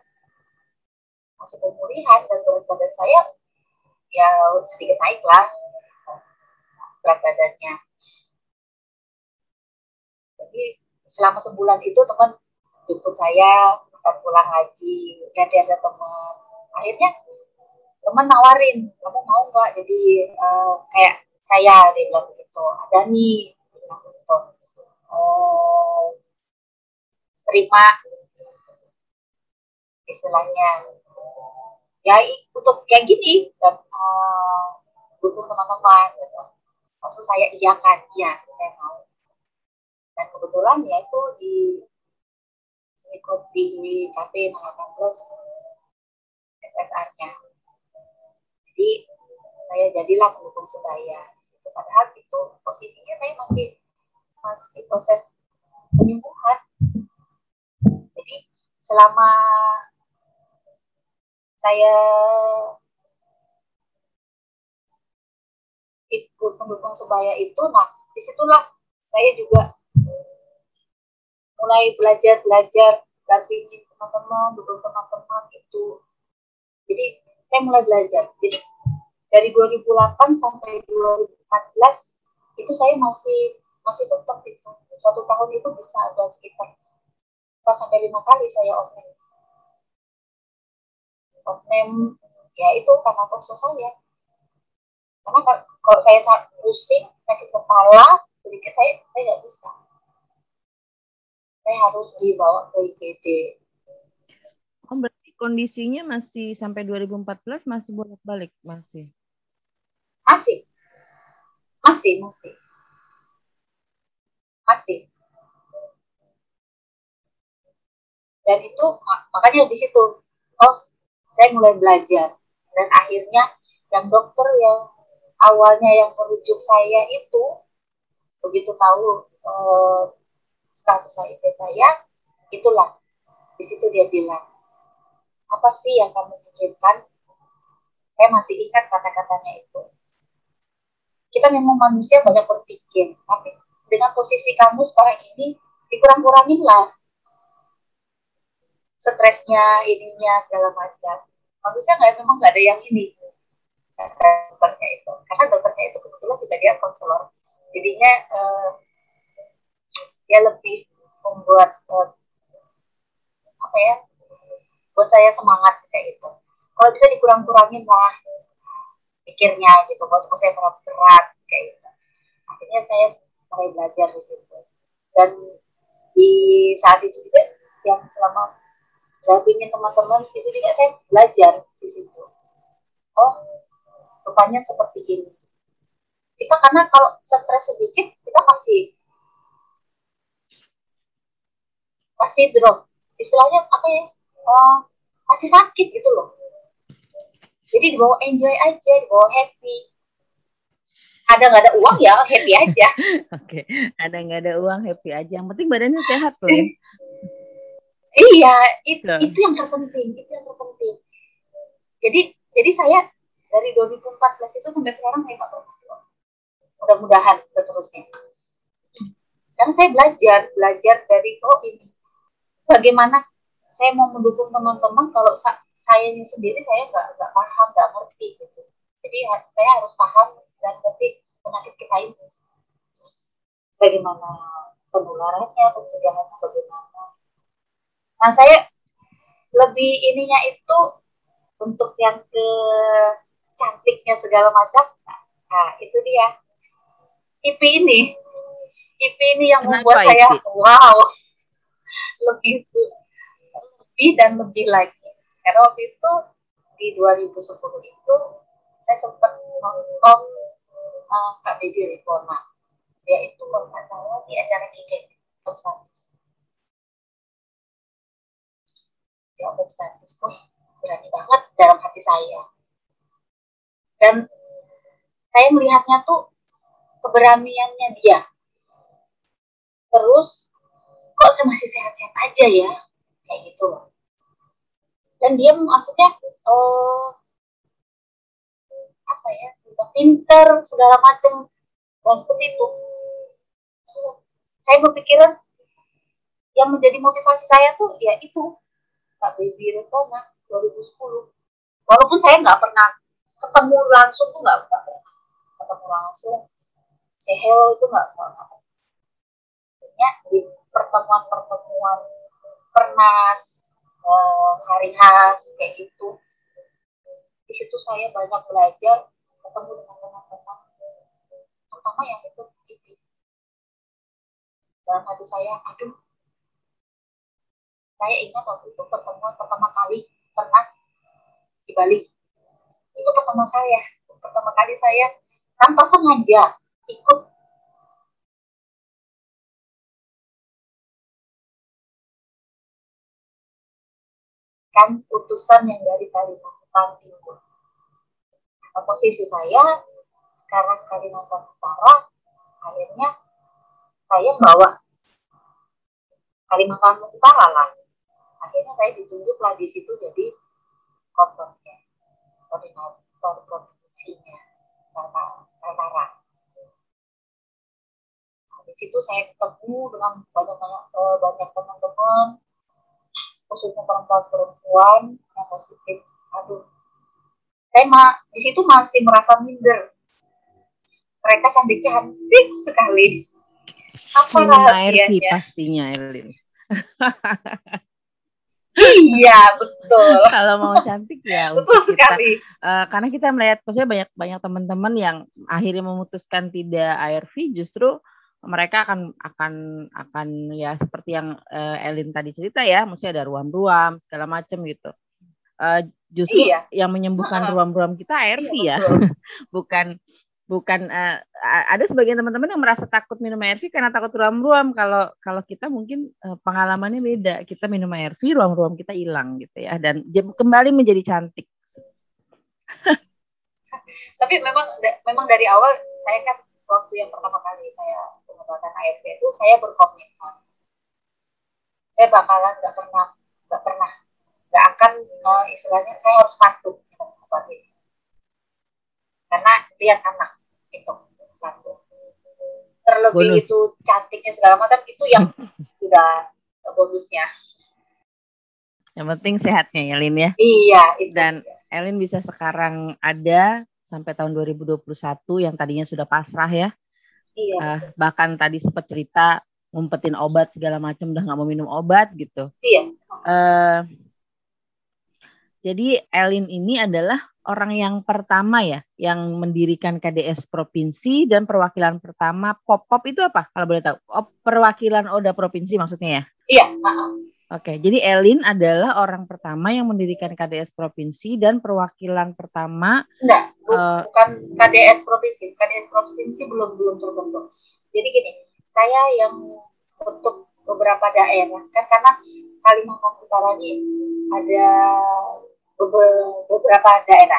dan berat badan saya ya sedikit naik lah berat badannya. Jadi selama sebulan itu teman jemput saya, akan pulang lagi, nanti ada teman. Akhirnya teman nawarin, kamu mau nggak jadi kayak saya, dia bilang begitu. Ada nih, dia bilang begitu. Terima istilahnya. Ya untuk kayak gini, dan dukung teman-teman. Gitu. Langsung saya iyakan, iya saya mau. Dan kebetulan ya itu ikut di KP Manhattan Plus SSR-nya. Jadi saya jadilah pendukung sebaya. Padahal itu posisinya saya masih proses penyembuhan. Jadi selama saya ikut pendukung sebaya itu, nah disitulah saya juga mulai belajar dampingin teman-teman, dukung teman-teman itu. Jadi saya mulai belajar. Jadi dari 2008 sampai 2014 itu saya masih tetap itu. 1 tahun itu bisa ada sekitar 4 sampai 5 kali saya off-name ya itu karena kursus saya. Karena kalau saya pusing, sakit kepala, sedikit saya nggak bisa. Saya harus dibawa ke IGD. Oh, berarti kondisinya masih sampai 2014 masih bolak-balik masih? Masih. Masih, masih, masih. Dan itu makanya di situ, oh saya mulai belajar. Dan akhirnya yang dokter yang awalnya yang merujuk saya itu begitu tahu status HIV saya, itulah di situ dia bilang, apa sih yang kamu pikirkan? Saya masih ingat kata-katanya itu. Kita memang manusia banyak berpikir, tapi dengan posisi kamu sekarang ini dikurang-kurangin lah stresnya, ininya segala macam. Manusia memang nggak ada yang ini dokternya itu, karena dokternya itu kebetulan juga dia konselor, jadinya dia lebih membuat apa ya, buat saya semangat kayak gitu. Kalau bisa dikurang-kurangin lah pikirnya gitu, bos saya terlalu berat kayak gitu. Akhirnya saya mulai belajar di situ. Dan di saat itu juga yang selama dampingin teman-teman itu juga saya belajar di situ. Oh, rupanya seperti ini. Kita karena kalau stres sedikit kita pasti drop. Istilahnya apa ya? Pasti sakit gitu loh. Jadi dibawa enjoy aja, dibawa happy. Ada nggak ada uang ya happy aja. Oke, ada nggak ada uang happy aja. Yang penting badannya sehat tuh, Lin. Iya, itu yang terpenting, itu yang terpenting. Jadi saya dari 2014 itu sampai sekarang saya nggak pernah uang. Mudah-mudahan seterusnya. Karena saya belajar dari ini. Bagaimana saya mau mendukung teman-teman kalau saya sendiri saya nggak paham, nggak ngerti gitu. Jadi saya harus paham dan ngerti penyakit kita ini. Bagaimana penularannya, pencegahannya bagaimana. Nah saya lebih ininya itu untuk yang ke cantiknya segala macam. Nah itu dia IP ini yang membuat Kenapa saya IP? wow lebih dan lebih lagi. Karena waktu itu di 2010 itu saya sempat nonton Kak Baby Ripona. Dia itu kalau nggak salah di acara Kike Status. Di Open Status. Berani banget dalam hati saya. Dan saya melihatnya tuh keberaniannya dia. Terus kok saya masih sehat-sehat aja ya? Kayak gitu loh. Dan dia maksudnya apa ya, pinter segala macam. Dan seperti itu. Saya berpikiran yang menjadi motivasi saya tuh ya itu Kak Baby Revona 2010. Walaupun saya nggak pernah ketemu langsung tuh nggak pernah ketemu langsung, say hello itu nggak pernah. Artinya di pertemuan pernas, hari khas kayak gitu, di situ saya banyak belajar, ketemu dengan teman-teman, terutama yang itu dalam hati saya, aduh, saya ingat waktu itu pertemuan pertama kali pernas di Bali, itu pertama kali saya tanpa sengaja ikut kan putusan yang dari Kalimantan Timur. Nah, posisi saya sekarang Kalimantan Utara, akhirnya saya bawa Kalimantan Utara lah. Akhirnya saya ditunjuk lah di situ jadi koordinator provinsinya Kaltara. Nah, di situ saya ketemu dengan banyak teman-teman, khususnya perempuan-perempuan yang positif. Aduh, saya di situ masih merasa minder. Mereka cantik-cantik sekali. Apa minum rahasianya? ARV pastinya, Elin. Iya, betul. Kalau mau cantik ya betul untuk kita. Sekali. Karena kita melihat, maksudnya banyak teman-teman yang akhirnya memutuskan tidak ARV, justru mereka akan ya seperti yang Elin tadi cerita ya, maksudnya ada ruam-ruam segala macam gitu. Justru yang menyembuhkan ruam-ruam kita ARV ya, bukan bukan ada sebagian teman-teman yang merasa takut minum ARV karena takut ruam-ruam. Kalau kita mungkin pengalamannya beda. Kita minum ARV, ruam-ruam kita hilang gitu ya, dan kembali menjadi cantik. Tapi memang dari awal saya kan waktu yang pertama kali saya pengobatan ARV itu saya berkomitmen saya bakalan nggak akan istilahnya saya harus patuh minum obat ini karena lihat anak itu satu terlebih Bonus. itu cantiknya segala macam itu yang sudah bonusnya. Yang penting sehatnya ya, Lin ya. Iya itu. Dan Elin bisa sekarang ada sampai tahun 2021 yang tadinya sudah pasrah ya. Iya. Bahkan tadi sempat cerita ngumpetin obat segala macam, udah nggak mau minum obat gitu. Iya. Jadi Elin ini adalah orang yang pertama ya yang mendirikan KDS provinsi, dan perwakilan pertama POP itu apa kalau boleh tahu? Perwakilan ODA provinsi maksudnya ya? Iya. Oke, jadi Elin adalah orang pertama yang mendirikan KDS provinsi dan perwakilan pertama. Enggak, bukan KDS provinsi. KDS provinsi belum terbentuk. Jadi gini, saya yang untuk beberapa daerah kan karena Kalimantan Utara ini ada beberapa daerah.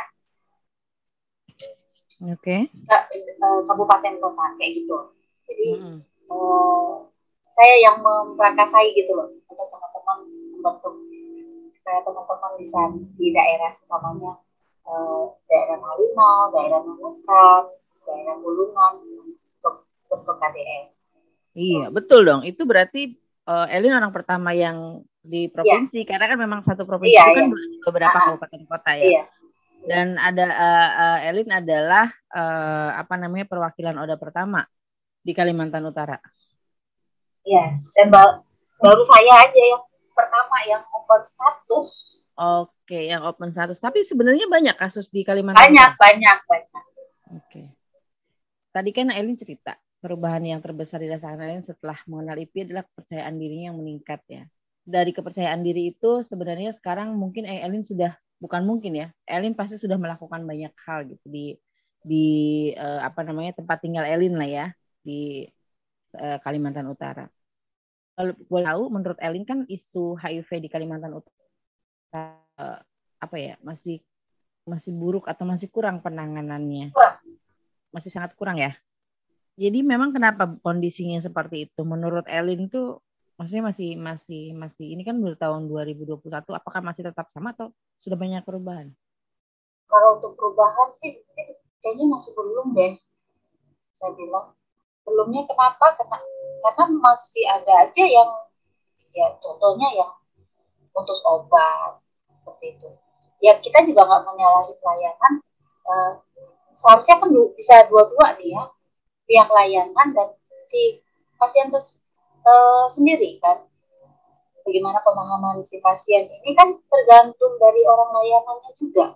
Oke. Kabupaten kota kayak gitu. Jadi saya yang memperakasai gitu loh untuk teman-teman membentuk teman-teman di daerah utamanya daerah Malino, daerah Nunukan, daerah Bulungan untuk bentuk KDS. Iya, betul dong. Itu berarti Elin orang pertama yang di provinsi, ya. Karena kan memang satu provinsi itu kan beberapa kabupaten kota ya. Iya. Dan ada Elin adalah perwakilan ODA pertama di Kalimantan Utara. Iya, dan baru saya aja yang pertama yang open status. Oke, yang open status. Tapi sebenarnya banyak kasus di Kalimantan Utara. Banyak. Oke. Tadi kan Elin cerita perubahan yang terbesar dirasakan Elin setelah mengenal IP adalah kepercayaan dirinya yang meningkat ya. Dari kepercayaan diri itu sebenarnya sekarang mungkin Elin sudah, bukan mungkin ya, Elin pasti sudah melakukan banyak hal gitu di tempat tinggal Elin lah ya di Kalimantan Utara. Kalau boleh tahu, menurut Elin kan isu HIV di Kalimantan Utara masih buruk atau masih kurang penanganannya? Masih sangat kurang ya. Jadi memang kenapa kondisinya seperti itu? Menurut Elin tuh maksudnya masih ini kan baru tahun 2021, apakah masih tetap sama atau sudah banyak perubahan? Kalau untuk perubahan sih kayaknya masih belum deh. Saya bilang belumnya kenapa? Karena masih ada aja yang ya contohnya yang putus obat seperti itu. Ya kita juga nggak menyalahi pelayanan. Seharusnya kan bisa dua-dua nih ya, pihak layanan dan si pasien sendiri kan. Bagaimana pemahaman si pasien ini kan tergantung dari orang layanannya juga.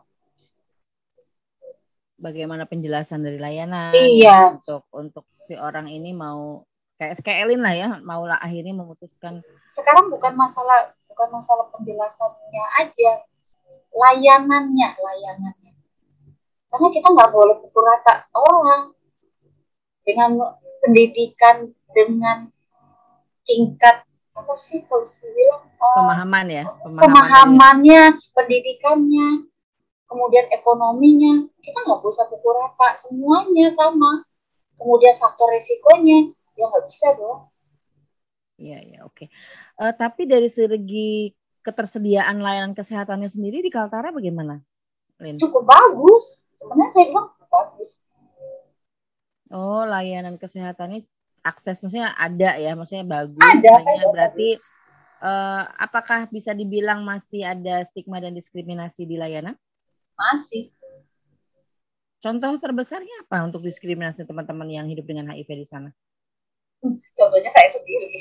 Bagaimana penjelasan dari layanan? Iya. Ya, untuk si orang ini mau kayak Elin lah ya, mau lah akhirnya memutuskan. Sekarang bukan masalah penjelasannya aja, layanannya. Karena kita nggak boleh pukul rata orang dengan pendidikan, dengan tingkat apa sih kalau bilang pemahamannya, pendidikannya, kemudian ekonominya, kita nggak bisa pukul rata semuanya sama. Kemudian faktor resikonya ya nggak bisa dong. Iya, oke. Tapi dari segi ketersediaan layanan kesehatannya sendiri di Kaltara bagaimana, Lin? Cukup bagus. Sebenarnya saya bilang bagus. Oh, layanan kesehatannya akses maksudnya ada ya, maksudnya bagus. Ada berarti apakah bisa dibilang masih ada stigma dan diskriminasi di layanan? Masih. Contoh terbesarnya apa untuk diskriminasi teman-teman yang hidup dengan HIV di sana? Contohnya saya sendiri.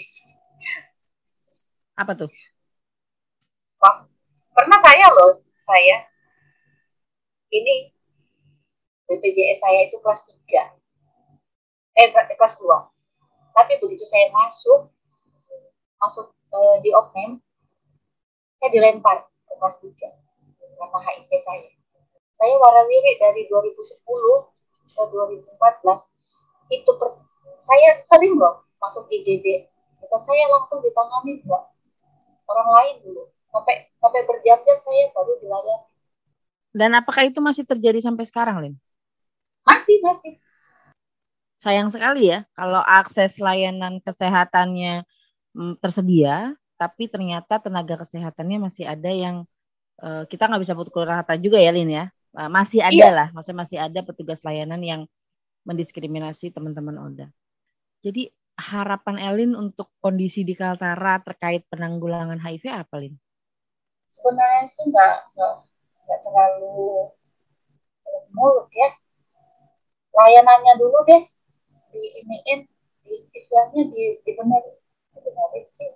Apa tuh? Wah, pernah saya ini BPJS saya itu kelas 3. Kelas 2. Tapi begitu saya masuk di OPNAM, saya dilempar ke kelas 3 karena HIV saya. Saya warawiri dari 2010 2014 itu saya sering loh masuk IGD, bukan saya langsung ditangani, enggak, orang lain dulu, sampai berjam-jam saya baru dilayani. Dan apakah itu masih terjadi sampai sekarang, Lin? Masih. Sayang sekali ya kalau akses layanan kesehatannya tersedia, tapi ternyata tenaga kesehatannya masih ada yang kita nggak bisa pukul rata juga ya, Lin ya. Masih ada Iya. lah, maksudnya masih ada petugas layanan yang mendiskriminasi teman-teman ODA. Jadi harapan Elin untuk kondisi di Kaltara terkait penanggulangan HIV apa, Lin? Sebenarnya sih nggak terlalu muluk ya. Layanannya dulu deh istilahnya dibenerin sih.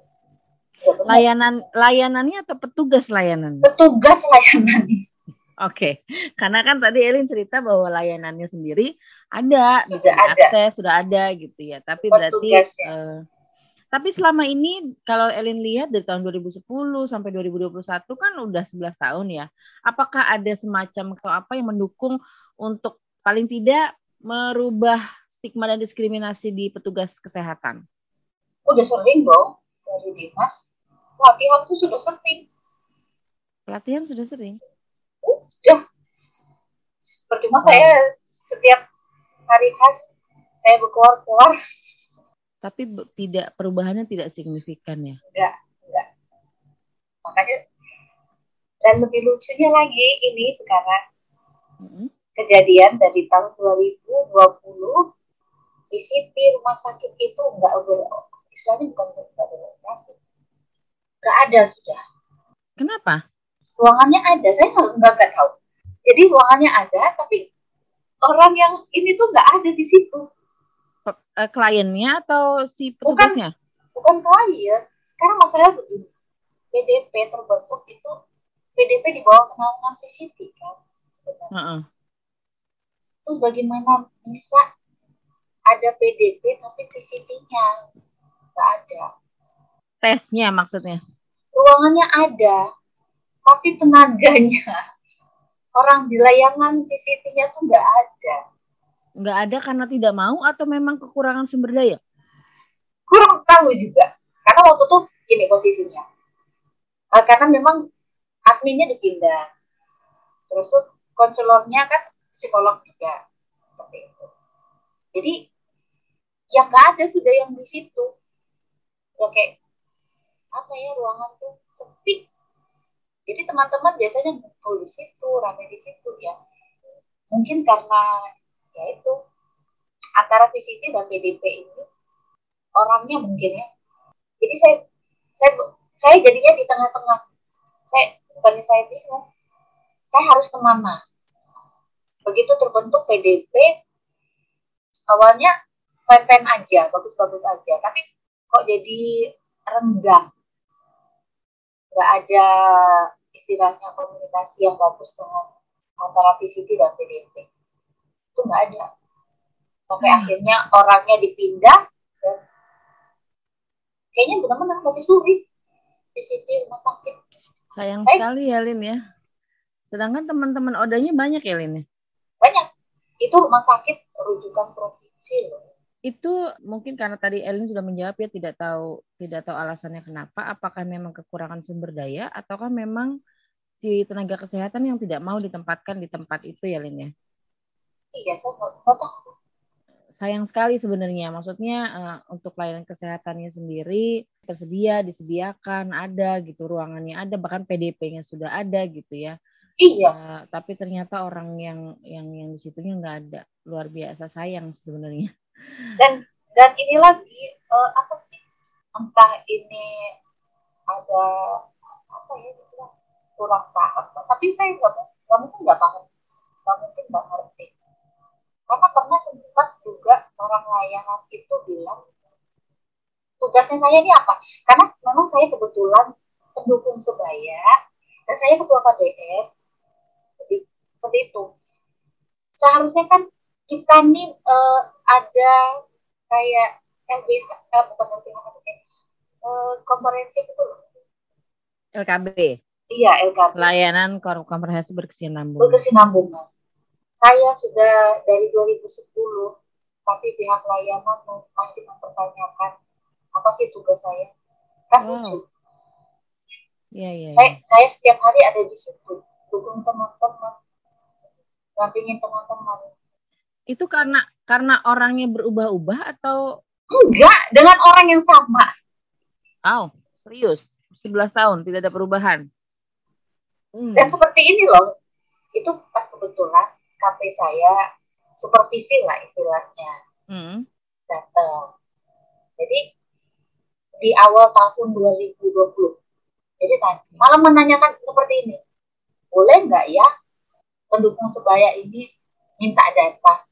Layanannya atau petugas layanan? Petugas layanannya. Oke, karena kan tadi Elin cerita bahwa layanannya sendiri ada, sudah bisa diakses, sudah ada gitu ya. Tapi berarti tapi selama ini kalau Elin lihat dari tahun 2010 sampai 2021 kan udah 11 tahun ya. Apakah ada semacam atau apa yang mendukung untuk paling tidak merubah stigma dan diskriminasi di petugas kesehatan? Udah sering dong dari dinas. Pelatihan tuh sudah sering. Pelatihan sudah sering? Udah. Percuma saya setiap hari khas saya berkeluar-keluar. Tapi perubahannya tidak signifikan ya? Enggak. Makanya, dan lebih lucunya lagi ini sekarang, kejadian dari tahun 2020, VCT rumah sakit itu istilahnya bukan beroperasi. Enggak ada sudah. Kenapa? Ruangannya ada, saya nggak tahu. Jadi ruangannya ada, tapi orang yang ini tuh nggak ada di situ. Kliennya atau si petugasnya? Bukan klien. Sekarang masalah begini, PDP terbentuk itu PDP di bawah kenaungan VCT kan sebenarnya. Terus bagaimana bisa ada PDP tapi VCT-nya nggak ada? Tesnya maksudnya? Ruangannya ada, tapi tenaganya orang di layanan VCT-nya tuh nggak ada. Nggak ada karena tidak mau atau memang kekurangan sumber daya? Kurang tahu juga. Karena waktu itu gini posisinya. Karena memang adminnya dipindah. Terus konselornya kan psikolog juga. Seperti itu. Jadi yang nggak ada sudah yang di situ. Udah kayak apa ya, ruangan tuh sepi. Jadi teman-teman biasanya ngumpul di situ, ramai di situ ya. Mungkin karena ya itu antara VCT dan PDP ini orangnya mungkin ya. Jadi saya jadinya di tengah-tengah. Bukannya saya bingung, saya harus kemana? Begitu terbentuk PDP, awalnya fine-fine aja, bagus-bagus aja, tapi kok jadi renggang. Nggak ada istilahnya komunikasi yang bagus dengan antara VCT dan PDP. Itu nggak ada. Sampai akhirnya orangnya dipindah, dan kayaknya benar-benar lagi suri VCT rumah sakit. Sayang sekali ya, Lin ya. Sedangkan teman-teman odanya banyak ya, Lin ya? Banyak. Itu rumah sakit rujukan provinsi loh. Itu mungkin karena tadi Elin sudah menjawab ya, tidak tahu alasannya kenapa. Apakah memang kekurangan sumber daya ataukah memang si tenaga kesehatan yang tidak mau ditempatkan di tempat itu ya, Lin ya? Iya, saya nggak tahu. Sayang sekali sebenarnya. Maksudnya untuk layanan kesehatannya sendiri disediakan, ada gitu, ruangannya ada, bahkan PDP-nya sudah ada gitu ya. Iya. Tapi ternyata orang yang di situnya nggak ada. Luar biasa, sayang sebenarnya. Dan ini lagi apa sih? Entah ini ada apa ya, kurang paham. Tapi saya nggak mungkin nggak paham, nggak mungkin nggak ngerti. Karena pernah sempat juga orang layanan itu bilang, tugasnya saya ini apa? Karena memang saya kebetulan pendukung sebaya dan saya ketua KDS, jadi seperti itu. Seharusnya kan kita nih ada kayak LBH, bukan LBH apa sih, komprehensif itu. LKB. Iya, LKB. Layanan komprehensif berkesinambungan. Berkesinambungan. Saya sudah dari 2010, tapi pihak layanan masih mempertanyakan apa sih tugas saya. Kan lucu. Iya. Saya setiap hari ada di situ, dukung teman-teman, dampingin teman-teman. Itu karena orangnya berubah-ubah atau enggak, dengan orang yang sama? Serius? 11 tahun tidak ada perubahan. Dan seperti ini loh, itu pas kebetulan KP saya supervisi lah istilahnya datang. Jadi di awal tahun 2020. Jadi malah menanyakan seperti ini, boleh nggak ya pendukung sebaya ini minta data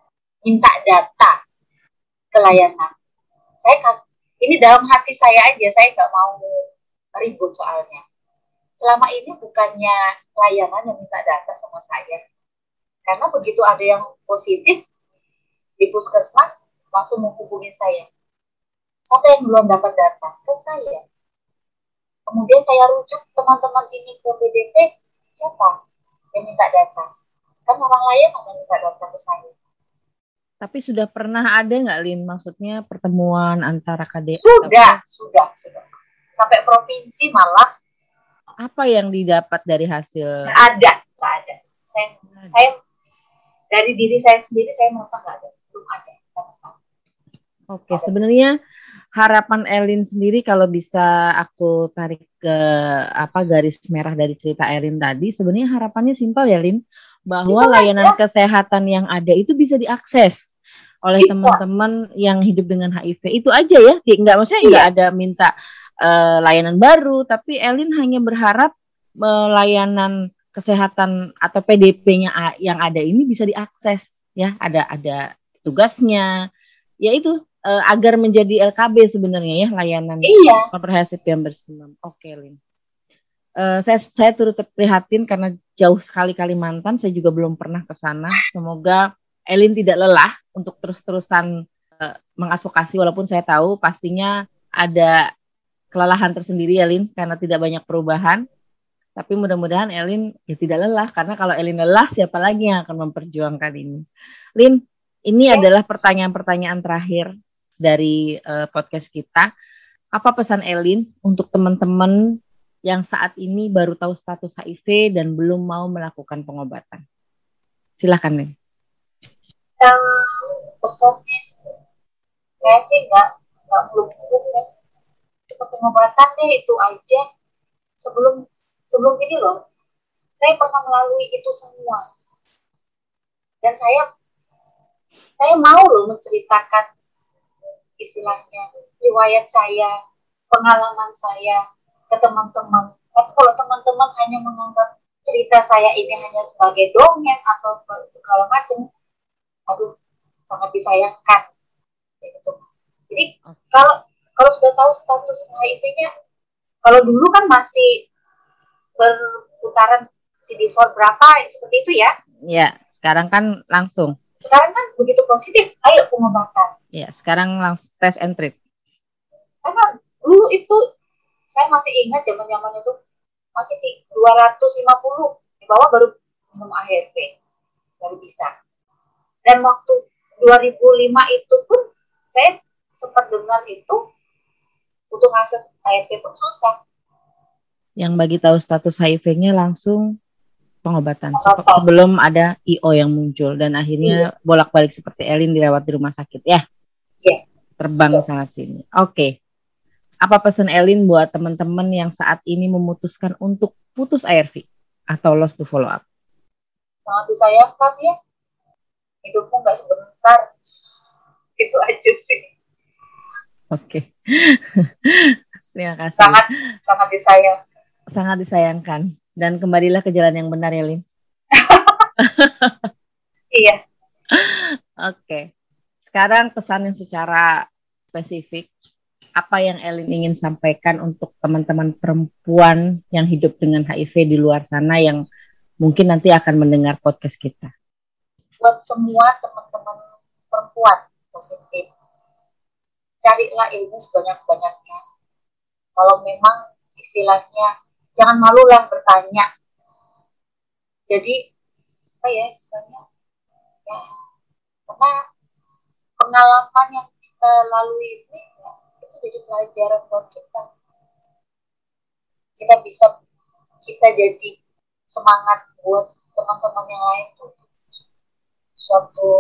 ke layanan. Ini dalam hati saya aja, saya nggak mau ribut soalnya. Selama ini bukannya layanan yang minta data sama saya, karena begitu ada yang positif di puskesmas langsung menghubungin saya. Siapa yang belum dapat data? Kan saya. Kemudian saya rujuk teman-teman ini ke BDP, siapa yang minta data? Kan orang lain yang minta data ke saya. Tapi sudah pernah ada nggak, Lin? Maksudnya pertemuan antara KD? Sudah. Sampai provinsi malah. Apa yang didapat dari hasil? Nggak ada. Saya dari diri saya sendiri saya merasa nggak ada, belum ada sama sekali. Oke, sebenarnya harapan Elin sendiri kalau bisa aku tarik ke garis merah dari cerita Elin tadi, sebenarnya harapannya simpel ya, Lin, bahwa layanan kesehatan yang ada itu bisa diakses oleh teman-teman yang hidup dengan HIV. Itu aja ya, maksudnya nggak ada minta layanan baru, tapi Elin hanya berharap layanan kesehatan atau PDP-nya yang ada ini bisa diakses ya, ada tugasnya, yaitu agar menjadi LKB sebenarnya ya, layanan komprehensif yang bersimam. Oke, Lin. Saya turut prihatin karena jauh sekali Kalimantan, saya juga belum pernah ke sana. Semoga Elin tidak lelah untuk terus-terusan mengadvokasi, walaupun saya tahu pastinya ada kelelahan tersendiri ya, Lin, karena tidak banyak perubahan. Tapi mudah-mudahan Elin ya tidak lelah, karena kalau Elin lelah siapa lagi yang akan memperjuangkan ini. Lin, ini adalah pertanyaan-pertanyaan terakhir dari podcast kita. Apa pesan Elin untuk teman-teman yang saat ini baru tahu status HIV dan belum mau melakukan pengobatan? Silakan, Lin. Pesannya, saya sih nggak muluk-muluk ya. Cuma pengobatan deh itu aja. Sebelum ini loh, saya pernah melalui itu semua. Dan saya mau loh menceritakan istilahnya riwayat saya, pengalaman saya ke teman-teman. Tapi kalau teman-teman hanya menganggap cerita saya ini hanya sebagai dongeng atau segala macam, aduh, sangat disayangkan. Gitu. Jadi kalau sudah tahu status HIV-nya, kalau dulu kan masih berputaran CD4 berapa seperti itu ya? Ya, sekarang kan langsung. Sekarang kan begitu positif, ayo pengobatan. Ya, sekarang langsung test and treat. Karena dulu itu saya masih ingat zaman-zaman itu masih 250 di bawah baru minum ARV, baru bisa. Dan waktu 2005 itu pun saya sempat dengar itu untuk akses ARV pun susah. Yang bagi tahu status HIV-nya langsung pengobatan. Sebelum ada IO yang muncul dan akhirnya bolak-balik seperti Elin dirawat di rumah sakit ya. Iya. Terbang sana sini. Oke. Apa pesan Elin buat teman-teman yang saat ini memutuskan untuk putus ARV atau lost to follow up? Sangat disayangkan ya. Hidupmu nggak sebentar. Itu aja sih. Oke. Terima kasih. Sangat disayangkan. Sangat disayangkan. Dan kembalilah ke jalan yang benar ya, Lin. Iya. Oke. Sekarang pesan yang secara spesifik. Apa yang Elin ingin sampaikan untuk teman-teman perempuan yang hidup dengan HIV di luar sana yang mungkin nanti akan mendengar podcast kita? Buat semua teman-teman perempuan positif, carilah ilmu sebanyak-banyaknya. Kalau memang istilahnya jangan malulah bertanya. Jadi apa ya istilahnya, Ya, karena pengalaman yang kita lalui ini ya, itu jadi pelajaran buat kita. Kita jadi semangat buat teman-teman yang lain tuh suatu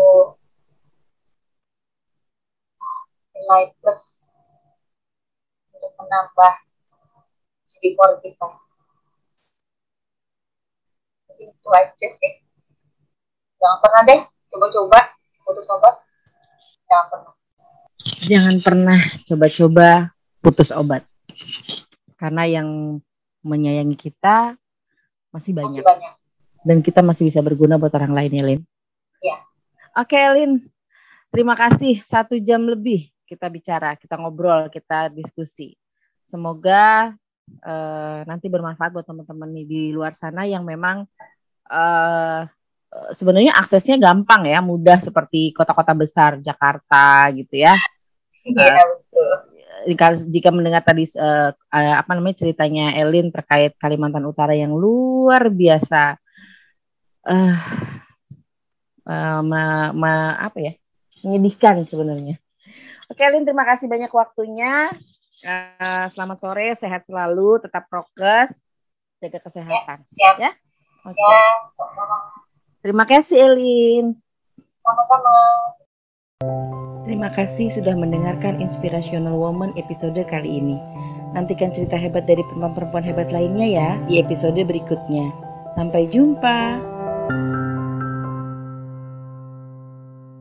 nilai plus untuk menambah skor kita. Jadi itu aja sih. Jangan pernah deh coba-coba putus obat. Jangan pernah. Jangan pernah coba-coba putus obat. Karena yang menyayangi kita masih banyak. Dan kita masih bisa berguna buat orang lain ya, Lin. Iya. Oke, Lin. Terima kasih. 1 jam lebih kita bicara, kita ngobrol, kita diskusi. Semoga nanti bermanfaat buat teman-teman di luar sana yang memang sebenarnya aksesnya gampang ya, mudah seperti kota-kota besar Jakarta gitu ya. Iya, betul. Jika mendengar tadi ceritanya Elin terkait Kalimantan Utara yang luar biasa menyedihkan sebenarnya. Oke, Elin, terima kasih banyak waktunya. Selamat sore, sehat selalu, tetap prokes, jaga kesehatan. Siap. Ya. Oke. Ya, terima kasih, Elin. Sama-sama. Terima kasih sudah mendengarkan Inspirational Woman episode kali ini. Nantikan cerita hebat dari perempuan-perempuan hebat lainnya ya di episode berikutnya. Sampai jumpa.